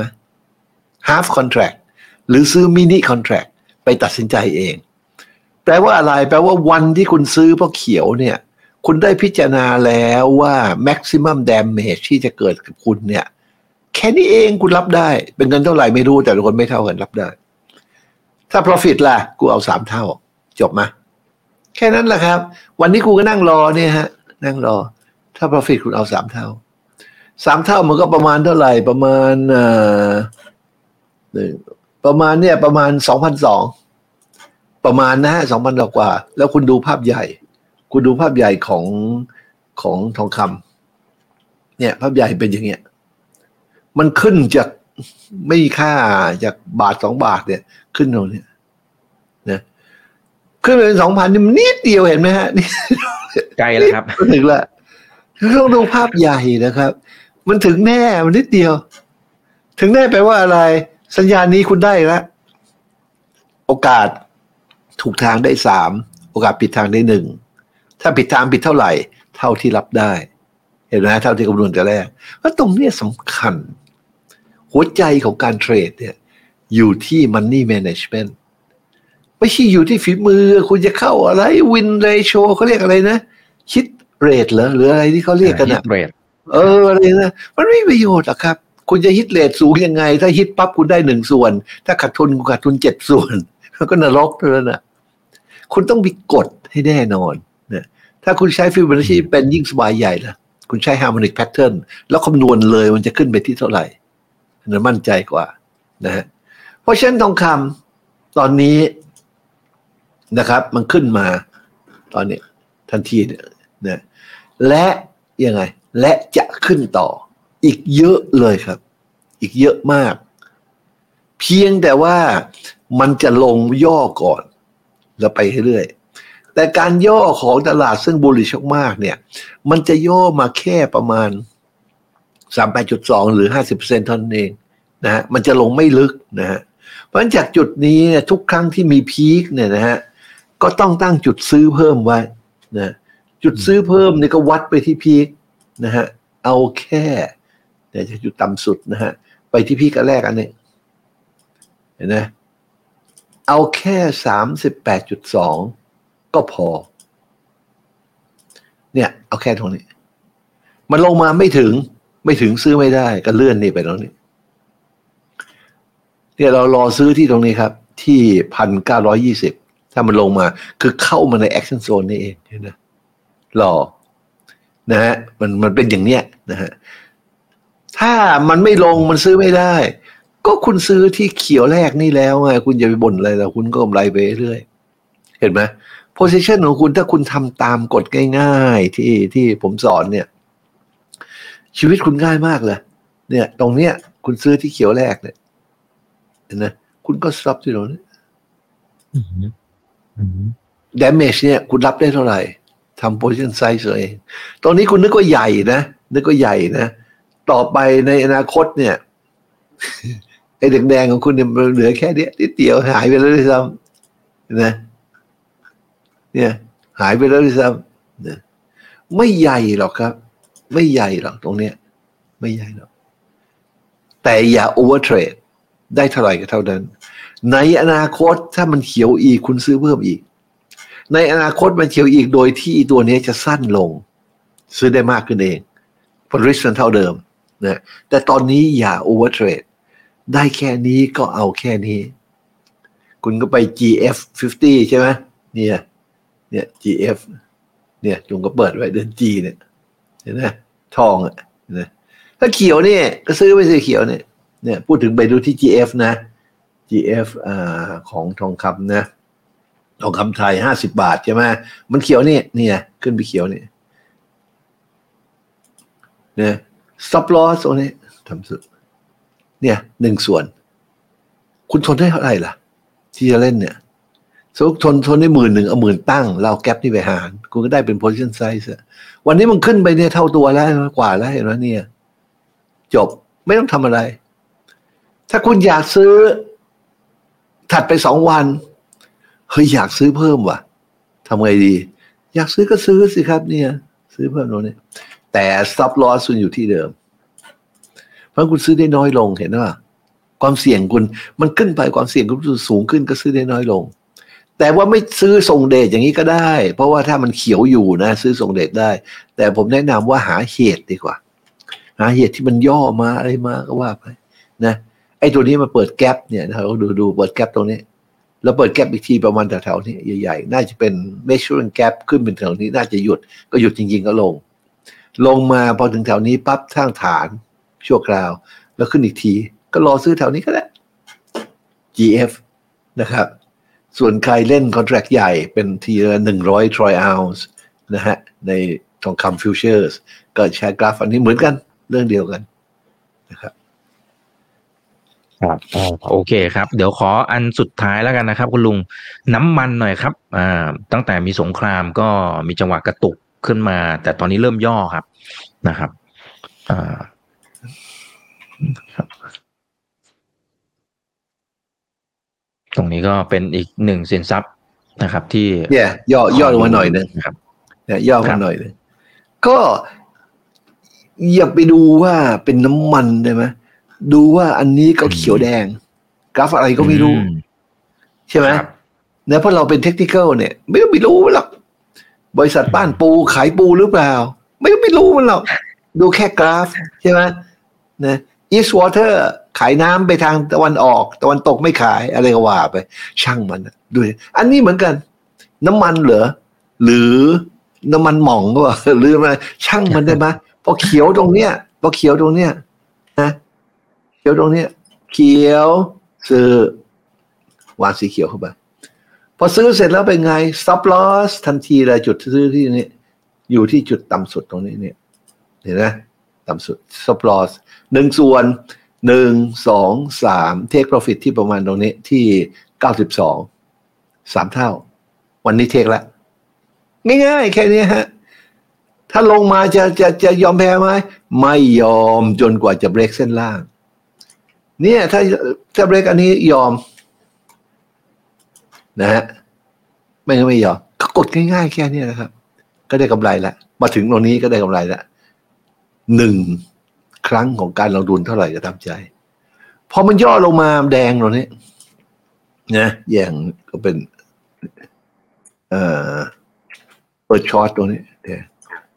half contract หรือซื้อมินิคอนแทรคไปตัดสินใจเองแปลว่าอะไรแปลว่าวันที่คุณซื้อเพราะเขียวเนี่ยคุณได้พิจารณาแล้วว่า maximum damage ที่จะเกิดกับคุณเนี่ยแค่นี้เองคุณรับได้เป็นเงินเท่าไหร่ไม่รู้แต่ทุกคนไม่เท่ากันรับได้ถ้า profit ล่ะกูเอาสามเท่าจบมาแค่นั้นแหละครับวันนี้กูก็นั่งรอเนี่ยฮะนั่งรอถ้า profit คุณเอาสามเท่าสามเท่ามันก็ประมาณเท่าไหร่ประมาณเอ่อประมาณเนี่ยประมาณ สองพันสองร้อย ประมาณนะฮะ สองพัน กว่าแล้วคุณดูภาพใหญ่คุณดูภาพใหญ่ของของทองคำเนี่ยภาพใหญ่เป็นอย่างเงี้ยมันขึ้นจากไม่มีค่าจากบาทสองบาทเนี่ยขึ้นตรงนี้นะขึ้นไปเป็นสองพันนี่มันนิดเดียวเห็นไหมฮะนี่ไกลแล้วครับถึงละต้องดูภาพใหญ่นะครับมันถึงแน่มันนิดเดียวถึงแน่แปลว่าอะไรสัญญาณนี้คุณได้แล้วโอกาสถูกทางได้สามโอกาสผิดทางได้หนึ่งถ้าผิดทางผิดเท่าไหร่เท่าที่รับได้เห็นไหมเท่าที่คำนวณแต่แรกว่าตรงนี้สำคัญหัวใจของการเทรดเนี่ยอยู่ที่ money management ไม่ใช่อยู่ที่ฝีมือคุณจะเข้าอะไร win ratio เขาเรียกอะไรนะคิดเรทเหรอหรืออะไรที่เขาเรียกกันอะเอออะไรนะมันไม่มีประโยชน์หรอกครับคุณจะฮิตเรทสูงยังไงถ้าฮิตปั๊บคุณได้หนึ่งส่วนถ้าขาดทุนคุณขาดทุนเจ็ดส่วนมันก็นรกเลยนะคุณต้องมีกฎให้แน่นอนนะถ้าคุณใช้ฟิโบนัชชีเป็นยิ่งสบายใหญ่ละคุณใช้ harmonic pattern แล้วคำนวณเลยมันจะขึ้นไปที่เท่าไหร่นั่นมั่นใจกว่านะฮะเพราะฉะนั้นทองคำตอนนี้นะครับมันขึ้นมาตอนนี้ทันทีเนี่ยนะและยังไงและจะขึ้นต่ออีกเยอะเลยครับอีกเยอะมากเพียงแต่ว่ามันจะลงย่อก่อนแล้วไปเรื่อยๆแต่การย่อของตลาดซึ่ง bullish มากเนี่ยมันจะย่อมาแค่ประมาณ สามสิบแปดจุดสอง หรือ ห้าสิบเปอร์เซ็นต์ เท่านั้นเองนะฮะมันจะลงไม่ลึกนะฮะเพราะฉะนั้นจากจุดนี้เนี่ยทุกครั้งที่มีพีคเนี่ยนะฮะก็ต้องตั้งจุดซื้อเพิ่มไว้นะจุดซื้อเพิ่มนี่ก็วัดไปที่พีคนะฮะเอาแค่เดี๋ยวจะจุดต่ำสุดนะฮะไปที่พีคอันแรกอันนี้เห็นไหมเอาแค่ สามสิบแปดจุดสอง ก็พอเนี่ยเอาแค่ตรงนี้มันลงมาไม่ถึงไม่ถึงซื้อไม่ได้ก็เลื่อนนี่ไปตรงนี้เนี่ยเรารอซื้อที่ตรงนี้ครับที่ หนึ่งพันเก้าร้อยยี่สิบ ถ้ามันลงมาคือเข้ามาใน action zone นี่เองเห็นไหมรอนะฮะมันมันเป็นอย่างเนี้ยนะฮะถ้ามันไม่ลงมันซื้อไม่ได้ก็คุณซื้อที่เขียวแรกนี่แล้วไงคุณอย่าไปบ่นอะไรแล้วคุณก็กำไรไปเรื่อยเห็นไหม position ของคุณถ้าคุณทำตามกฎง่ายๆที่ที่ผมสอนเนี่ยชีวิตคุณง่ายมากเลยเนี่ยตรงเนี้ยคุณซื้อที่เขียวแรกเนี่ยเห็นไหมคุณก็ stop ที่ตรงนี้ damage เนี่ยคุณรับได้เท่าไหร่ทำ position size ตัวเองตอนนี้คุณนึกว่าใหญ่นะนึกว่าใหญ่นะต่อไปในอนาคตเนี่ยไอ้แดงๆของคุณเนี่ยเหลือแค่นี้นิดเดียวหายไปแล้วด้วยซ้ำนะเนี่ยหายไปแล้วด้วยซ้ำนะไม่ใหญ่หรอกครับไม่ใหญ่หรอกตรงเนี้ยไม่ใหญ่หรอกแต่อย่า overtrade ได้เท่าไหร่ก็เท่านั้นในอนาคตถ้ามันเขียวอีกคุณซื้อเพิ่มอีกในอนาคตมันเขียวอีกโดยที่ตัวนี้จะสั้นลงซื้อได้มากขึ้นเองผลริสมันเท่าเดิมนะแต่ตอนนี้อย่า overtrade ได้แค่นี้ก็เอาแค่นี้คุณก็ไป จี เอฟ ห้าสิบใช่ไหมเนี่ยเนี่ย จี เอฟ เนี่ยลุงก็เปิดไว้เดิน G เนี่ยเห็นไหมทองอ่ะนะถ้าเขียวเนี่ยก็ซื้อไปสิเขียวเนี่ยเนี่ยพูดถึงไปดูที่ จี เอฟ นะ จี เอฟ อ่าของทองคำนะทองคำไทยห้าสิบบาทใช่ไหมมันเขียวนี่เนี่ยขึ้นไปเขียวนี่เนี่ย stop loss ตรงนี้ทำสุดเนี่ยหนึ่งส่วนคุณทนได้เท่าไหร่ล่ะที่จะเล่นเนี่ยสมมติทนทนได้หมื่นหนึ่งเอาหมื่นตั้งเราแก๊ปนี่ไปหารคุณก็ได้เป็น position size วันนี้มันขึ้นไปเนี่ยเท่าตัวแล้วกว่าแล้วเห็นไหมเนี่ยจบไม่ต้องทำอะไรถ้าคุณอยากซื้อถัดไปสองวันเฮ้ยอยากซื้อเพิ่มว่ะทำไงดีอยากซื้อก็ซื้อสิครับเนี่ยซื้อเพิ่มโน่นเนี่ยแต่ stop loss คุณอยู่ที่เดิมเพราะคุณซื้อได้น้อยลงเห็นป่ะความเสี่ยงคุณมันขึ้นไปความเสี่ยงคุณสูงขึ้นก็ซื้อได้น้อยลงแต่ว่าไม่ซื้อส่งเดชอย่างนี้ก็ได้เพราะว่าถ้ามันเขียวอยู่นะซื้อส่งเดชได้แต่ผมแนะนำว่าหาเหตุดีกว่าหาเหตุที่มันย่อมาอะไรมาก็ว่าไปนะไอ้ตัวนี้มาเปิดแก๊ปเนี่ยเราดูดูเปิดแก๊ปตรงนี้แล้วเปิดแก๊ปอีกทีประมาณแถวๆนี้ใหญ่ๆน่าจะเป็น measuring gap ขึ้นเป็นแถวนี้น่าจะหยุดก็หยุดจริงๆก็ลงลงมาพอถึงแถวนี้ปั๊บสร้างฐานชั่วคราวแล้วขึ้นอีกทีก็รอซื้อแถวนี้ก็ได้ จี เอฟ นะครับส่วนใครเล่น contract ใหญ่เป็นทีละหนึ่งร้อย troy ounce นะฮะในทองคำ futures ก็ใช้กราฟอันนี้เหมือนกันเรื่องเดียวกันนะครับครับโอเคครับเดี๋ยวขออันสุดท้ายแล้วกันนะครับคุณลุงน้ำมันหน่อยครับอ่าตั้งแต่มีสงครามก็มีจังหวะกระตุกขึ้นมาแต่ตอนนี้เริ่มย่อครับนะครับอ่าครับตรงนี้ก็เป็นอีกหนึ่งสินทรัพย์นะครับที่เนี่ยย่อย่อลงมาหน่อยนึงครับเนี่ยย่อมาหน่อยนึงก็อย่าไปดูว่าเป็นน้ำมันได้ไหมดูว่าอันนี้ก็เขียวแดงกราฟอะไรก็ไม่รู้ใช่ไหมเนี่ยเพราะเราเป็นเทคนิคอลเนี่ยไม่ต้องไปรู้หรอกบริษัทบ้านปูขายปูหรือเปล่าไม่ต้องไปรู้มันหรอกดูแค่กราฟใช่ไหมนะ East Water ขายน้ำไปทางตะวันออกตะวันตกไม่ขายอะไรก็ว่าไปช่างมันดูอันนี้เหมือนกันน้ำมันเหรอหรือน้ำมันหม่องก็ว่าหรืออะไรช่างมันได้ไหมพอเขียวตรงเนี้ยพอเขียวตรงเนี้ยนะเขียวตรงเนี้ยเขียวซื้อวางสีเขียวเข้าไปพอซื้อเสร็จแล้วเป็นไง stop loss ทันทีเลยจุดซื้อที่นี่อยู่ที่จุดต่ำสุดตรงนี้เนี่ยเห็นไหมต่ำสุด stop loss หนึ่งส่วนหนึ่งสองสาม take profit ที่ประมาณตรงนี้ที่เก้าสิบสองสามเท่าวันนี้เทคละง่ายๆแค่นี้ฮะถ้าลงมาจะจะจะยอมแพ้ไหมไม่ยอมจนกว่าจะเบรกเส้นล่างเนี่ยถ้าถ้าเบรกอันนี้ยอมนะฮะไม่งั้นไม่ยอมก็กดง่ายๆแค่นี้นะครับก็ได้กำไรละมาถึงตรงนี้ก็ได้กำไรละหนึ่งครั้งของการลงทุนเท่าไหร่ก็ตามใจพอมันย่อลงมาแดงตรงนี้นะแย่งก็เป็นเอ่อเปิดช็อตตรงนี้เดี๋ยว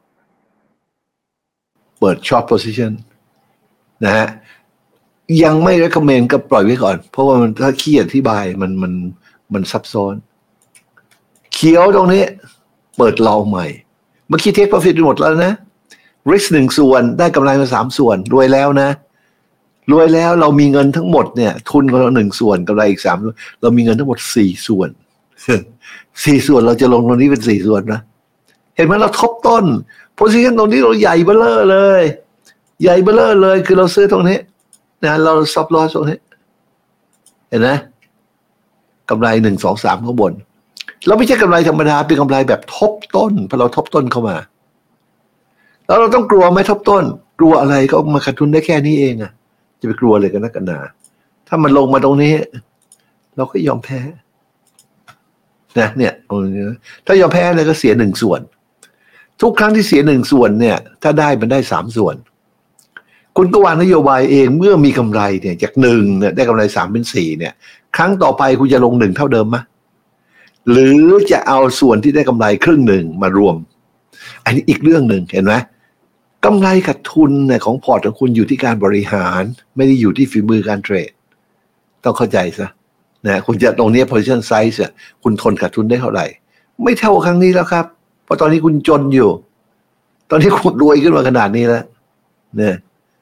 เปิดช็อตโพซิชันนะฮะยังไม่ recommend ก็ปล่อยไว้ก่อนเพราะว่ามันถ้าขี้อธิบายมันมันมันซับซ้อนเขียวตรงนี้เปิดลองใหม่เมื่อกี้เทคโปรฟิตหมดแล้วนะ risk หนึ่งส่วนได้กำไรมาสามส่วนรวยแล้วนะรวยแล้วเรามีเงินทั้งหมดเนี่ยทุนของเราหนึ่งส่วนกำไรอีกสามเรามีเงินทั้งหมดสี่ส่วนสี่ส่วนเราจะลงตรงนี้เป็นสี่ส่วนนะเห็นไหมเราทบต้นโพซิชันตรงนี้เราใหญ่เบ้อเร่อเลยใหญ่เบ้อเร่อเลยคือเราซื้อตรงนี้นะเราซับลอสตรงนี้เห็นไหมกำไรหนึ่งสองสามข้างบนแล้วไม่ใช่กำไรธรรมดาเป็นกำไรแบบทบต้นพอเราทบต้นเข้ามาแล้วเราต้องกลัวไหมทบต้นกลัวอะไรก็มาขาดทุนได้แค่นี้เองอะจะไปกลัวเลยกันนักกันหนาถ้ามันลงมาตรงนี้เราก็ยอมแพ้นะเนี่ยถ้ายอมแพ้เลยก็เสียหนึ่งส่วนทุกครั้งที่เสียหนึ่งส่วนเนี่ยถ้าได้มันได้สามส่วนคุณก็วางนโยบายเองเมื่อมีกำไรเนี่ยจากหนึ่งเนี่ยได้กำไรสามเป็นสี่เนี่ยครั้งต่อไปคุณจะลงหนึ่งเท่าเดิมไหมหรือจะเอาส่วนที่ได้กำไรครึ่งหนึ่งมารวมอันนี้อีกเรื่องหนึ่งเห็นไหมกำไรขาดทุนเนี่ยของพอร์ตของคุณอยู่ที่การบริหารไม่ได้อยู่ที่ฝีมือการเทรดต้องเข้าใจซะนะคุณจะตรงนี้ position size อ่ะคุณทนขาดทุนได้เท่าไหร่ไม่เท่าครั้งนี้แล้วครับเพราะตอนนี้คุณจนอยู่ตอนนี้คุณรวยขึ้นมาขนาดนี้แล้วเนี่ย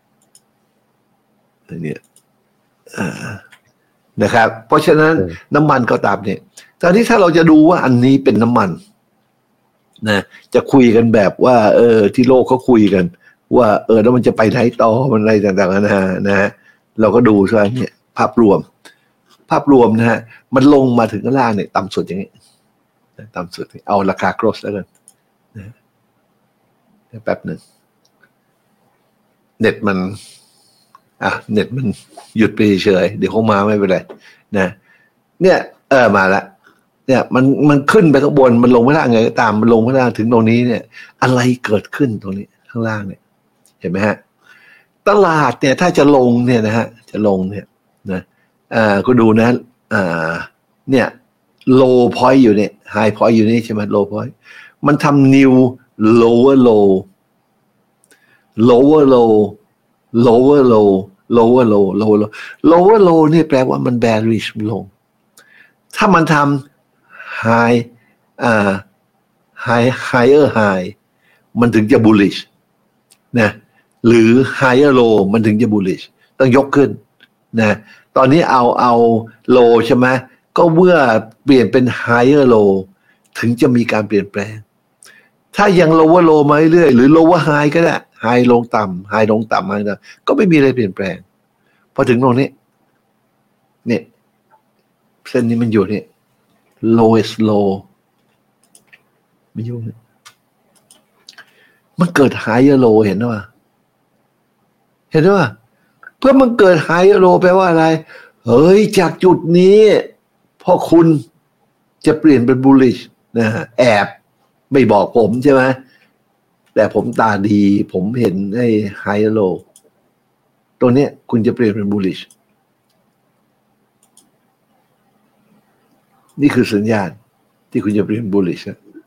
เนี่ยนะครับเพราะฉะนั้นน้ำมันก็ตามเนี่ยตอนนี้ถ้าเราจะดูว่าอันนี้เป็นน้ำมันนะจะคุยกันแบบว่าเออที่โลกเขาคุยกันว่าเออแล้วมันจะไปไหนต่อมันอะไรต่างๆนะนะฮะเราก็ดูใช่ไหมเนี่ยภาพรวมภาพรวมนะฮะมันลงมาถึงข้างล่างเนี่ยต่ำสุดอย่างนี้ต่ำสุดเอาราคา gross แล้วกันนะแป๊บหนึ่งเน็ตมันอ่ะเน็ตมันหยุดไปเฉยเดี๋ยวคงมาไม่เป็นไรนะเนี่ยเออมาละเนี่ยมันมันขึ้นไปข้างบนมันลงข้างล่างไงก็ตามมันลงข้างล่างถึงตรงนี้เนี่ยอะไรเกิดขึ้นตรงนี้ข้างล่างเนี่ยเห็นไหมฮะตลาดเนี่ยถ้าจะลงเนี่ยนะฮะจะลงเนี่ยนะอ่าก็ดูนะอ่าเนี่ย low point อยู่เนี่ย high point อยู่นี่ใช่ไหม low point มันทำ new lower low lower low lower low lower low lower low lower low นี่แปลว่ามัน bearish ลงถ้ามันทำ high อ่า high higher high มันถึงจะ bullish นะหรือ higher low มันถึงจะ bullish ต้องยกขึ้นนะตอนนี้เอาเอา low ใช่ไหมก็เมื่อเปลี่ยนเป็น higher low ถึงจะมีการเปลี่ยนแปลงถ้ายัง lower low มาเรื่อยๆหรือ lower high ก็ได้ high ลงต่ำ high ลงต่ำ high ก็ไม่มีอะไรเปลี่ยนแปลงพอถึงตรงนี้เนี่ยเส้นนี้มันอยู่นี่ lowest low มันอยู่นี่มันเกิด higher low เห็นไหมเห็นไหมเพื่อมันเกิด higher low แปลว่าอะไรเฮ้ยจากจุดนี้พอคุณจะเปลี่ยนเป็น bullish นะฮะแอบไม่บอกผมใช่ไหมแต่ผมตาดีผมเห็นไอ้ higher low ตรงนี้คุณจะเปลี่ยนเป็น bullish นี่คือสัญญาณที่คุณจะเปลี่ยน bullish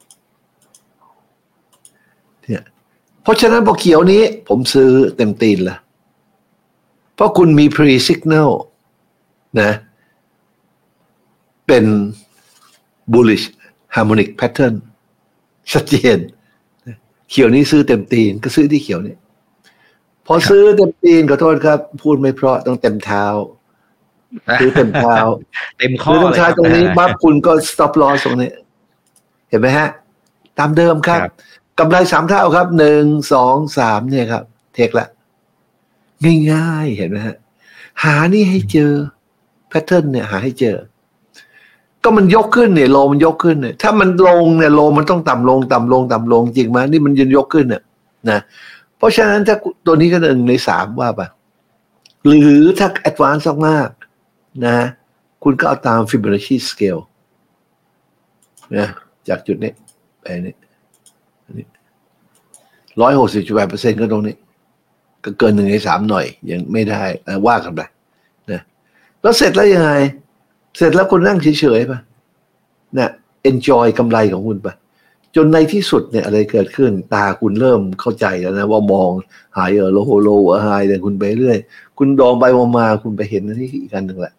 เนี่ยเพราะฉะนั้นพอเขียวนี้ผมซื้อเต็มตีนละเพราะคุณมี pre signal นะเป็น bullish harmonic pattern ชัดเจนเขียวนี้ซื้อเต็มตีนก็ซื้อที่เขียวนี้พอซื้อเต็มตีนขอโทษครับพูดไม่เพราะต้องเต็มเท้าซื้อเต็มเท้าเต็มข้อซื้อเต็มเท้าตรงนี้ปั๊บคุณก็ stop loss ตรงนี้เห็นไหมฮะตามเดิมครับกำไรสามเท่าครับหนึ่งสองสามเนี่ยครับเทคละง่ายๆเห็นไหมฮะหานี่ให้เจอแพทเทิร์นเนี่ยหาให้เจอก็มันยกขึ้นเนี่ยโลมันยกขึ้นเนี่ยถ้ามันลงเนี่ยโลมันต้องต่ำลงต่ำลงต่ำลงจริงไหมนี่มันยืนยกขึ้นเนี่ยนะเพราะฉะนั้นถ้าตัวนี้ก็หนึ่งในสามว่าป่ะหรือถ้าแอดวานซ์มากนะคุณก็เอาตาม Fibonacci scale นะจากจุดนี้ไปนี่นี่ร้อยหกสิบจุดแปดเปอร์เซ็นต์ก็ตรงนี้ก็เกินหนึ่งในสามหน่อยยังไม่ได้ว่ากันไปนะแล้วเสร็จแล้วยังไงเสร็จแล้วคุณนั่งเฉยๆป่ะนะ enjoy กำไรของคุณป่ะจนในที่สุดเนี่ยอะไรเกิดขึ้นตาคุณเริ่มเข้าใจแล้วนะว่ามองหายเออโลโฮโลหายแต่คุณไปเรื่อยคุณดองไปมาคุณไปเห็นนี่อีกอันหนึ่งแหละ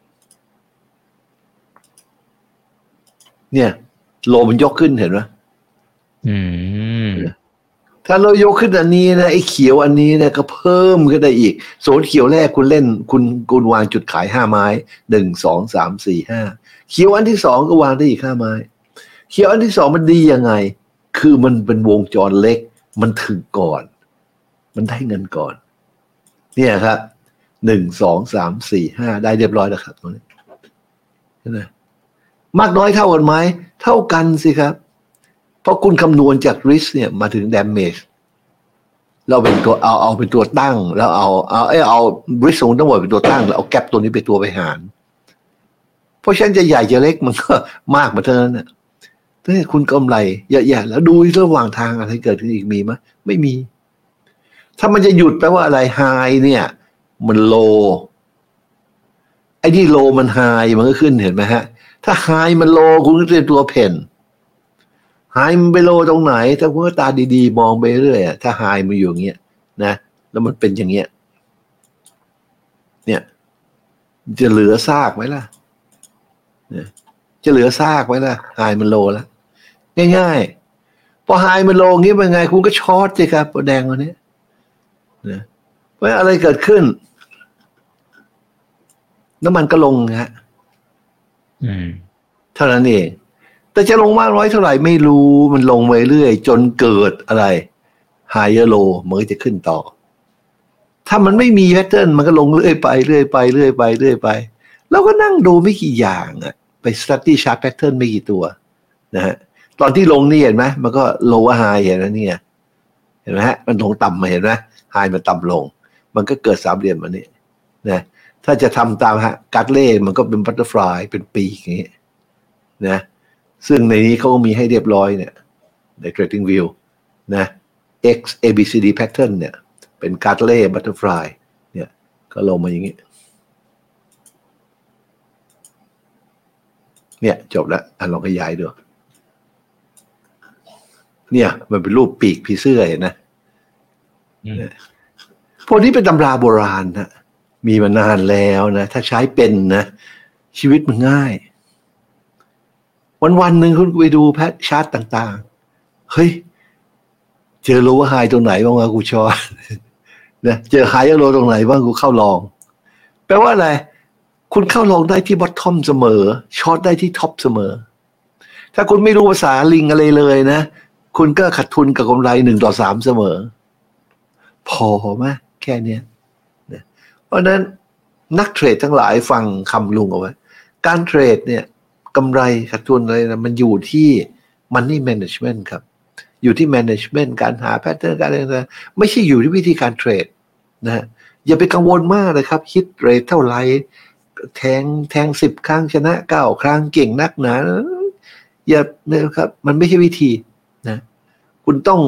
เนี่ยโลมันยกขึ้นเห็นไหมอืมถ้าเรายกขึ้นอันนี้นะไอ้เขียวอันนี้เนี่ยก็เพิ่มขึ้นได้อีกโซนเขียวแรกคุณเล่นคุณคุณวางจุดขายห้าไม้หนึ่งสองสามสี่ห้าเขียวอันที่สองก็วางได้อีกห้าไม้เขียวอันที่สองมันดียังไงคือมันเป็นวงจรเล็กมันถึงก่อนมันได้เงินก่อนเนี่ยครับหนึ่งสองสามสี่ห้าได้เรียบร้อยแล้วครับตรงนี้นะมากน้อยเท่ากันไหมเท่ากันสิครับเพราะคุณคำนวณจาก risk เนี่ยมาถึง damage เราเป็นตัวเอาเอาเป็นตัวตั้งแล้วเอาเอาเอาเอา risk ทั้งหมดเป็นตัวตั้งแล้วเอา gap ตัวนี้เป็นตัวไปหารเพราะฉะนั้นจะใหญ่จะเล็กมันก็มากมาเท่านั้นนะถ้าคุณกำไรเยอะแยะแล้วดูระหว่างทางอะไรเกิดขึ้นอีกมีไหมไม่มีถ้ามันจะหยุดแปลว่าอะไร high เนี่ยมัน low ไอ้ที่ low มัน high มันก็ขึ้นเห็นไหมฮะถ้า high มัน low คุณก็เตรียมตัวเพน high มันไป low ตรงไหนถ้าคุณก็ตาดีๆมองไปเรื่อยถ้า high มันอยู่อย่างเงี้ยนะแล้วมันเป็นอย่างเงี้ยเนี่ยจะเหลือซากไหมล่ะเนี่ยจะเหลือซากไหมล่ะ high มัน low แล้วง่ายๆพอ high มัน low งี้เป็นไงคุณก็ช็อตสิครับตัวแดงตัวนี้นะเพราะอะไรเกิดขึ้นน้ำมันก็ลงฮะเท่านั้นเองแต่จะลงมากน้อยเท่าไหร่ไม่รู้มันลงไปเรื่อยจนเกิดอะไร higher low มันก็จะขึ้นต่อถ้ามันไม่มีแพทเทิร์นมันก็ลงเรื่อยไปเรื่อยไปเรื่อยไปเรื่อยไปแล้วก็นั่งดูไม่กี่อย่างอะไป study chart pattern ไม่กี่ตัวนะฮะตอนที่ลงนี่เห็นไหมมันก็ lower high เห็นไหมเนี่ยเห็นไหมฮะมันลงต่ำมาเห็นไหม high มันต่ำลงมันก็เกิดสามเหลี่ยมอันนี้นะถ้าจะทำตามฮะการ์ดเล่มันก็เป็นบัตเตอร์ฟลายเป็นปีกอย่างนี้นะซึ่งในนี้เขาก็มีให้เรียบร้อยเนี่ยใน trading view นะ x a b c d pattern เนี่ยเป็นการ์ดเล่บัตเตอร์ฟลายเนี่ยก็ลงมาอย่างนี้เนี่ยจบแล้วอ่ะลองขยายดูเนี่ยมันเป็นรูปปีกผีเสื้อเห็นนะพวกนี้เป็นตำราโบราณนะมีมานานแล้วนะถ้าใช้เป็นนะชีวิตมันง่ายวันวันหนึ่งคุณไปดูแพทชาร์ตต่างๆเฮ้ยเจอโลว์ไฮตรงไหนบ้างวะกูชอบนะเจอไฮโลตรงไหนบ้างกูเข้าลองแปลว่าอะไรคุณเข้าลองได้ที่บอททอมเสมอช็อตได้ที่ท็อปเสมอถ้าคุณไม่รู้ภาษาลิงอะไรเลยนะคุณก็ขาดทุนกับกำไรหนึ่งต่อสามเสมอพอไหมแค่เนี้ยนะเพราะนั้นนักเทรดทั้งหลายฟังคำลุงเอาไว้การเทรดเนี่ยกำไรขาดทุนอะไรนะมันอยู่ที่ money management ครับอยู่ที่ management การหาแพทเทิร์นการอะไรนะไม่ใช่อยู่ที่วิธีการเทรดนะฮะอย่าไปกังวลมากเลยครับฮิตเรทเท่าไหร่แทงแทงสิบครั้งชนะเก้าครั้งเก่งนักหนาอย่าเนี่ยครับมันไม่ใช่วิธีนะคุณต้อง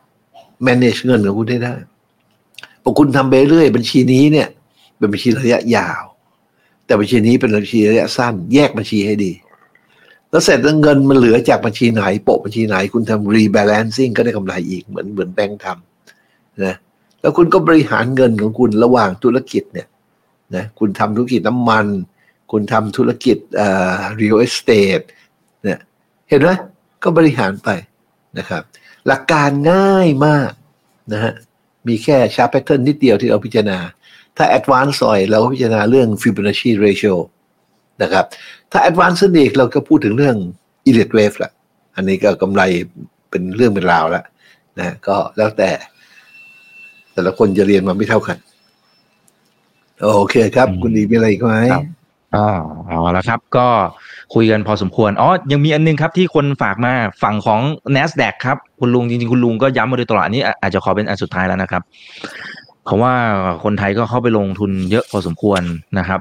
manage เงินของคุณให้ได้พอคุณทำไปเรื่อยบัญชีนี้เนี่ยเป็นบัญชีระยะยาวแต่บัญชีนี้เป็นบัญชีระยะสั้นแยกบัญชีให้ดีแล้วเสร็จแล้วเงินมันเหลือจากบัญชีไหนโปะบัญชีไหนคุณทำ rebalancing ก็ได้กำไรอีกเหมือนเหมือนแบงค์ทำนะแล้วคุณก็บริหารเงินของคุณระหว่างธุรกิจเนี่ยนะคุณทำธุรกิจน้ำมันคุณทำธุรกิจเอ่อ real estate เนี่ยเห็นไหมก็บริหารไปนะครับหลักการง่ายมากนะฮะมีแค่ chart pattern นิดเดียวที่เราพิจารณาถ้า advanced หน่อยเราก็พิจารณาเรื่อง Fibonacci ratio นะครับถ้า advanced อีกเราก็พูดถึงเรื่อง Elliott wave ละอันนี้ก็กำไรเป็นเรื่องเป็นราวแล้วนะก็แล้วแต่แต่ละคนจะเรียนมาไม่เท่ากันโอเคครับคุณดีมีอะไรอีกไหมอ๋อเอาละครับก็คุยกันพอสมควรอ๋อยังมีอันนึงครับที่คนฝากมาฝั่งของ NASDAQ ครับคุณลุงจริงๆคุณลุงก็ย้ำมาโดยตลอดอันนี้อาจจะขอเป็นอันสุดท้ายแล้วนะครับเพราะว่าคนไทยก็เข้าไปลงทุนเยอะพอสมควรนะครับ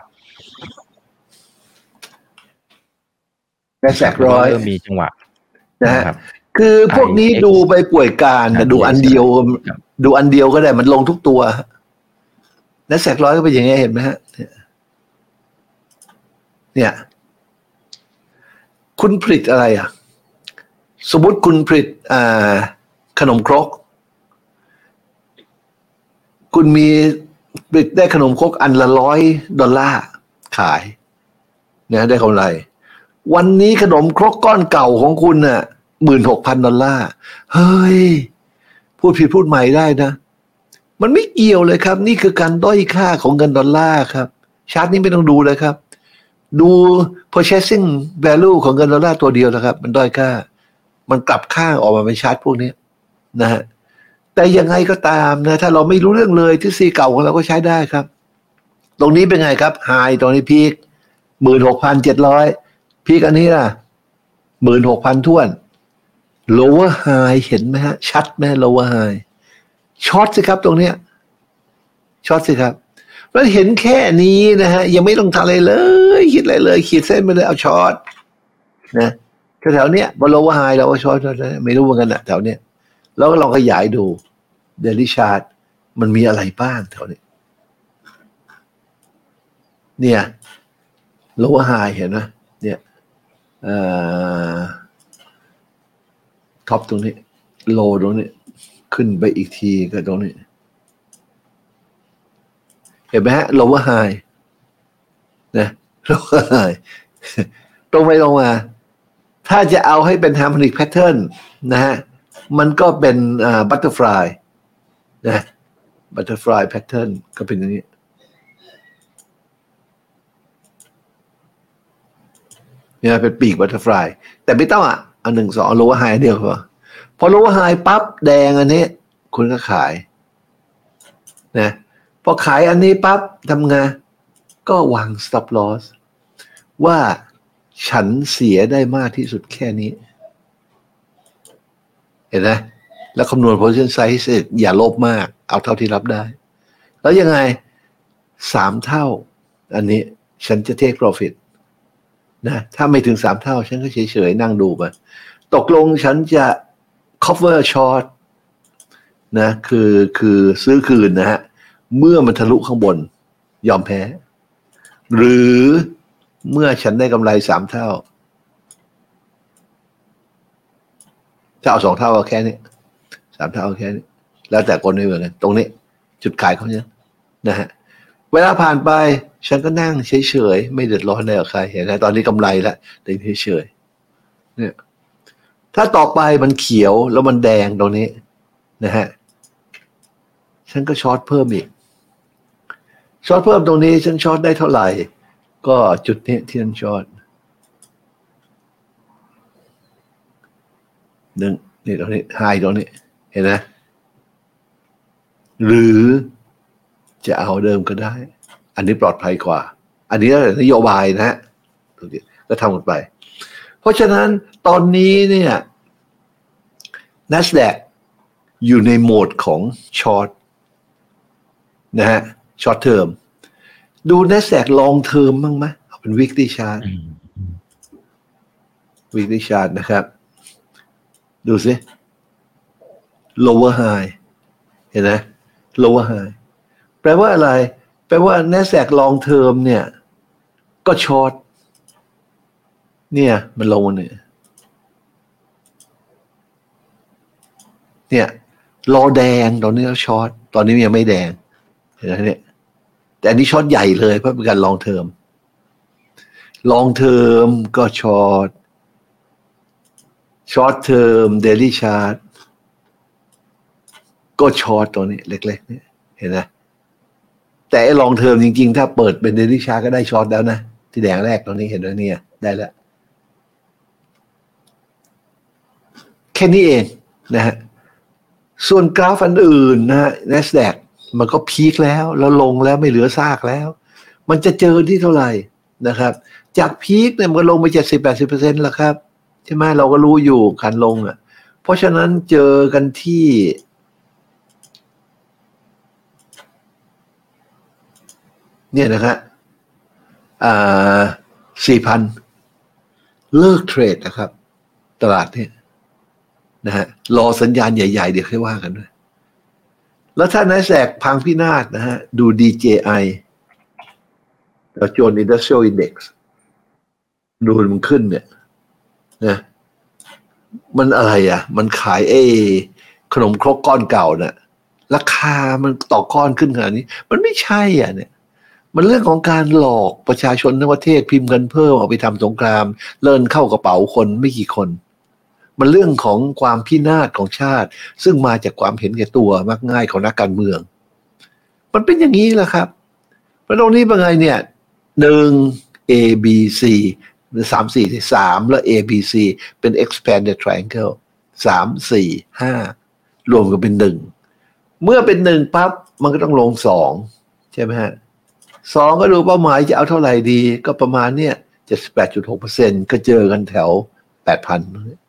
NASDAQ ร้อยมีจังหวะนะครับคือพวกนี้ดูไปป่วยการแต่ดูอันเดียวดูอันเดียวก็ได้มันลงทุกตัวNASDAQร้อยก็เป็นอย่างนี้เห็นไหมฮะเนี่ยคุณผลิตอะไรอ่ะสมมติคุณผลิตอ่าขนมครกคุณมีผลิตได้ขนมครกอันละร้อยดอลลาร์ขายนะได้กำไรวันนี้ขนมครกก้อนเก่าของคุณน่ะหมื่นหกพันดอลลาร์เฮ้ยพูดผิดพูดใหม่ได้นะมันไม่เกี่ยวเลยครับนี่คือการด้อยค่าของเงินดอลลาร์ครับชาร์ตนี้ไม่ต้องดูเลยครับดู purchasing value ของเงินดอลลาร์ตัวเดียวนะครับมันด้อยค่ามันกลับข้างออกมาเป็นชาร์ตพวกนี้นะฮะแต่ยังไงก็ตามนะถ้าเราไม่รู้เรื่องเลยทฤษฎีเก่าของเราก็ใช้ได้ครับตรงนี้เป็นไงครับไฮตรงนี้พีคหมื่นหกพันเจ็ดร้อยพีคอันนี้ล่ะหมื่นหกพันท้วน lower high เห็นไหมฮะชัดไหม lower high ช็อตสิครับตรงเนี้ยช็อตสิครับแล้วเห็นแค่นี้นะฮะยังไม่ต้องทำอะไรเลยคิดอะไรเลยขีดเส้นไปเลยเอาช็อตนะแถวๆเนี้ยบน lower high เราก็ช็อตไม่รู้เหมือนกันนะแถวเนี้ยแล้วก็ลองขยายดู daily chart มันมีอะไรบ้างแถวนี้เนี่ย lower high เห็นไหมเนี่ยเอ่อท็อปตรงนี้โลตรงนี้ขึ้นไปอีกทีก็ตรงนี้เห็นไหมฮะ lower high นะ lower high ตรงไปลงมาถ้าจะเอาให้เป็น harmonic pattern นะฮะมันก็เป็นอ่า butterfly นะ butterfly pattern ก็เป็นอย่างนี้เนี่ยเป็นปีก butterfly แต่ไม่ต้องอ่ะเอาหนึ่งสอง lower high เดียวพอพอ lower high ปั๊บแดงอันนี้คุณก็ขายนะพอขายอันนี้ปั๊บทำไงก็วาง stop loss ว่าฉันเสียได้มากที่สุดแค่นี้เห็นไหมแล้วคำนวณ position size เสร็จอย่าโลภมากเอาเท่าที่รับได้แล้วยังไงสามเท่าอันนี้ฉันจะ take profit นะถ้าไม่ถึงสามเท่าฉันก็เฉยๆนั่งดูไปตกลงฉันจะ cover short นะคือคือซื้อคืนนะฮะเมื่อมันทะลุข้างบนยอมแพ้หรือเมื่อฉันได้กำไรสามเท่าถ้าเอาสองเท่าก็แค่นี้สามเท่าก็แค่นี้แล้วแต่คนไม่เหมือนกันตรงนี้จุดขายเขาเนี่ยนะฮะเวลาผ่านไปฉันก็นั่งเฉยๆไม่เดือดร้อนอะไรกับใครเห็นไหมตอนนี้กำไรแล้วแต่เฉยๆเนี่ยถ้าต่อไปมันเขียวแล้วมันแดงตรงนี้นะฮะฉันก็ช็อตเพิ่มอีกช็อตเพิ่มตรงนี้ฉันช็อตได้เท่าไหร่ก็จุดนี้ที่ฉันช็อตหนึ่งนี่ตรงนี้ไฮตรงนี้เห็นไหมหรือจะเอาเดิมก็ได้อันนี้ปลอดภัยกว่าอันนี้นโยบายนะฮะก็ทำกันไปเพราะฉะนั้นตอนนี้เนี่ย NASDAQ อยู่ในโหมดของช็อตนะฮะช็อตเทอมดู NASDAQ long term บ้างไหมเอาเป็น weekly chart weekly chart นะครับดูสิ lower high เห็นไหม lower high แปลว่าอะไรแปลว่า NASDAQ long term เนี่ยก็ช็อตเนี่ยมันลงเนี่ยเนี่ยรอแดงตอนนี้แล้วช็อตตอนนี้ยังไม่แดงเห็นไหมเนี่ยแต่อันนี้ช็อตใหญ่เลยเพราะเป็นการ long term long term ก็ช็อต short term daily chart ก็ช็อตตัวนี้เล็กๆเนี่ยเห็นไหมแต่ไอ้ long term จริงๆถ้าเปิดเป็น daily chart ก็ได้ช็อตแล้วนะที่แดงแรกตรงนี้เห็นไหมเนี่ยได้แล้วแค่นี้เองนะฮะส่วนกราฟอันอื่นนะฮะ NASDAQ มันก็พีคแล้วแล้วลงแล้วไม่เหลือซากแล้วมันจะเจอที่เท่าไหร่นะครับจากพีคเนี่ยมันก็ลงไป เจ็ดสิบถึงแปดสิบเปอร์เซ็นต์ แล้วครับใช่ไหมเราก็รู้อยู่คันลงอ่ะเพราะฉะนั้นเจอกันที่เนี่ยนะครับอ่า สี่พัน เลิกเทรดนะครับตลาดเนี่ยนะฮะรอสัญญาณใหญ่ๆเดี๋ยวค่อยว่ากันด้วยแล้วถ้า NASDAQ พังพินาศนะฮะดู ดี เจ ไอ แล้วโจนส์ Industrial Index ดูมันขึ้นเนี่ยนะมันอะไรอ่ะมันขายเอขนมครกก้อนเก่าน่ะราคามันต่อก้อนขึ้นขนาดนี้มันไม่ใช่อ่ะเนี่ยมันเรื่องของการหลอกประชาชนทั้งประเทศพิมพ์เงินเพิ่มเอาไปทำสงครามเลิ่นเข้ากระเป๋าคนไม่กี่คนมันเรื่องของความพินาศของชาติซึ่งมาจากความเห็นแก่ตัวมักง่ายของนักการเมืองมันเป็นอย่างนี้แหละครับเพราะตรงนี้เป็นไงเนี่ยหนึ่ง A B C หรือสามสี่สามแล้ว A B C เป็น expanded triangle สามสี่ห้ารวมกันเป็นหนึ่งเมื่อเป็นหนึ่งปั๊บมันก็ต้องลงสองใช่ไหมฮะสองก็ดูเป้าหมายจะเอาเท่าไหร่ดีก็ประมาณเนี่ยเจ็ดสิบแปดจุดหกเปอร์เซ็นต์ ก็เจอกันแถว แปดพัน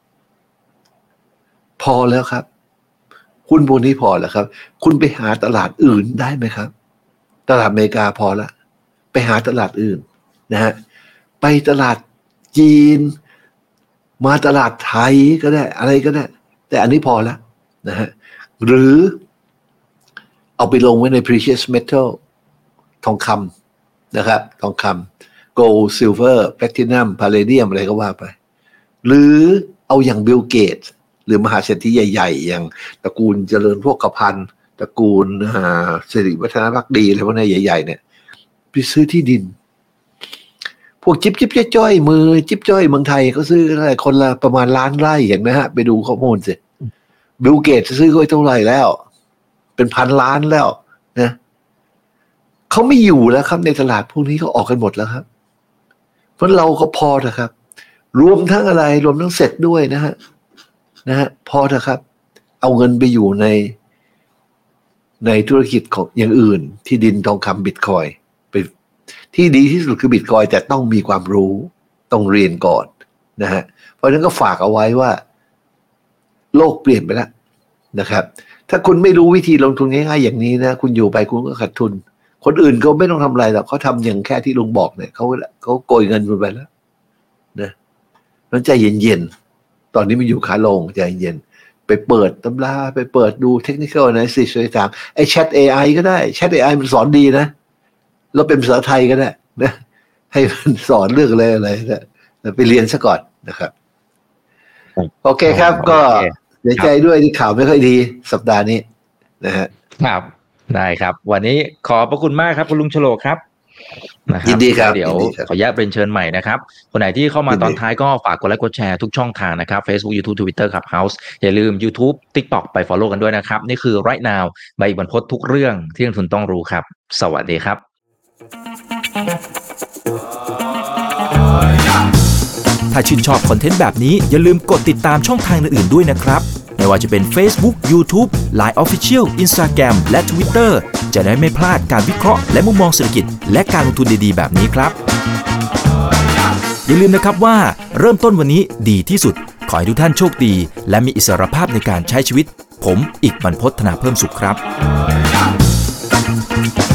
พอแล้วครับหุ้นพวกนี้พอแล้วครับคุณไปหาตลาดอื่นได้ไหมครับตลาดอเมริกาพอละไปหาตลาดอื่นนะฮะไปตลาดจีนมาตลาดไทยก็ได้อะไรก็ได้แต่อันนี้พอแล้วนะฮะหรือเอาไปลงไว้ใน precious metal ทองคำนะครับทองคำ gold silver platinum palladium อะไรก็ว่าไปหรือเอาอย่าง Bill Gates หรือมหาเศรษฐีใหญ่ๆอย่างตระกูลเจริญโภคภัณฑ์ตระกูลสิริวัฒนภักดีอะไรพวกนี้ใหญ่ๆเนี่ยไปซื้อที่ดินพวกจิ๊บจิ๊บจ้อยมือจิ๊บจ้อยเมืองไทยเขาซื้ออะไรคนละประมาณล้านไร่เห็นไหมฮะไปดูข้อมูลสิบิลเกตซื้อก็เท่าไหร่แล้วเป็นพันล้านแล้วนะเขาไม่อยู่แล้วครับในตลาดพวกนี้เขาออกกันหมดแล้วครับเพราะเราก็พอนะครับรวมทั้งอะไรรวมทั้งเสร็จด้วยนะฮะนะฮะพอเถอะครับเอาเงินไปอยู่ในในธุรกิจของอย่างอื่นที่ดินทองคำบิตคอยไปที่ดีที่สุดคือบิตคอยแต่ต้องมีความรู้ต้องเรียนก่อนนะฮะเพราะฉะนั้นก็ฝากเอาไว้ว่าโลกเปลี่ยนไปแล้วนะครับถ้าคุณไม่รู้วิธีลงทุนง่ายๆอย่างนี้นะคุณอยู่ไปคุณก็ขาดทุนคนอื่นเขาไม่ต้องทำอะไรหรอกเขาทำอย่างแค่ที่ลุงบอกเนี่ยเขาเขาโกยเงินคุณไปแล้วนะแล้วใจเย็นๆตอนนี้มันอยู่ขาลงใจเย็นไปเปิดตำราไปเปิดดูเทคนิคอลนะสิช่วยถามไอ้แชท เอ ไอ ก็ได้แชท เอ ไอ มันสอนดีนะแล้วเป็นภาษาไทยก็ได้นะให้มันสอนเรื่องอะไรอะไรนะไปเรียนซะก่อนนะครับโอเคครับก็เสียใจด้วยที่ข่าวไม่ค่อยดีสัปดาห์นี้นะฮะครับได้ครับวันนี้ขอบพระคุณมากครับคุณลุงฉลกครับยินดีครับเดี๋ยวขออนุญาตเป็นเชิญใหม่นะครับคนไหนที่เข้ามาตอนท้ายก็ฝากกดไลค์กดแชร์ทุกช่องทางนะครับ Facebook YouTube Twitter Clubhouse อย่าลืม YouTube TikTok ไป follow กันด้วยนะครับนี่คือ Right Now ใบบรรพตทุกเรื่องที่นักลงทุนต้องรู้ครับสวัสดีครับถ้าชื่นชอบคอนเทนต์แบบนี้อย่าลืมกดติดตามช่องทางอื่นๆด้วยนะครับไม่ว่าจะเป็น Facebook YouTube ไลน์ Official Instagram และ Twitter จะได้ไม่พลาดการวิเคราะห์และมุมมองเศรษฐกิจและการลงทุนดีๆแบบนี้ครับอย่าลืมนะครับว่าเริ่มต้นวันนี้ดีที่สุดขอให้ทุกท่านโชคดีและมีอิสรภาพในการใช้ชีวิตผมอีกบรรพต ธนาเพิ่มสุขครับ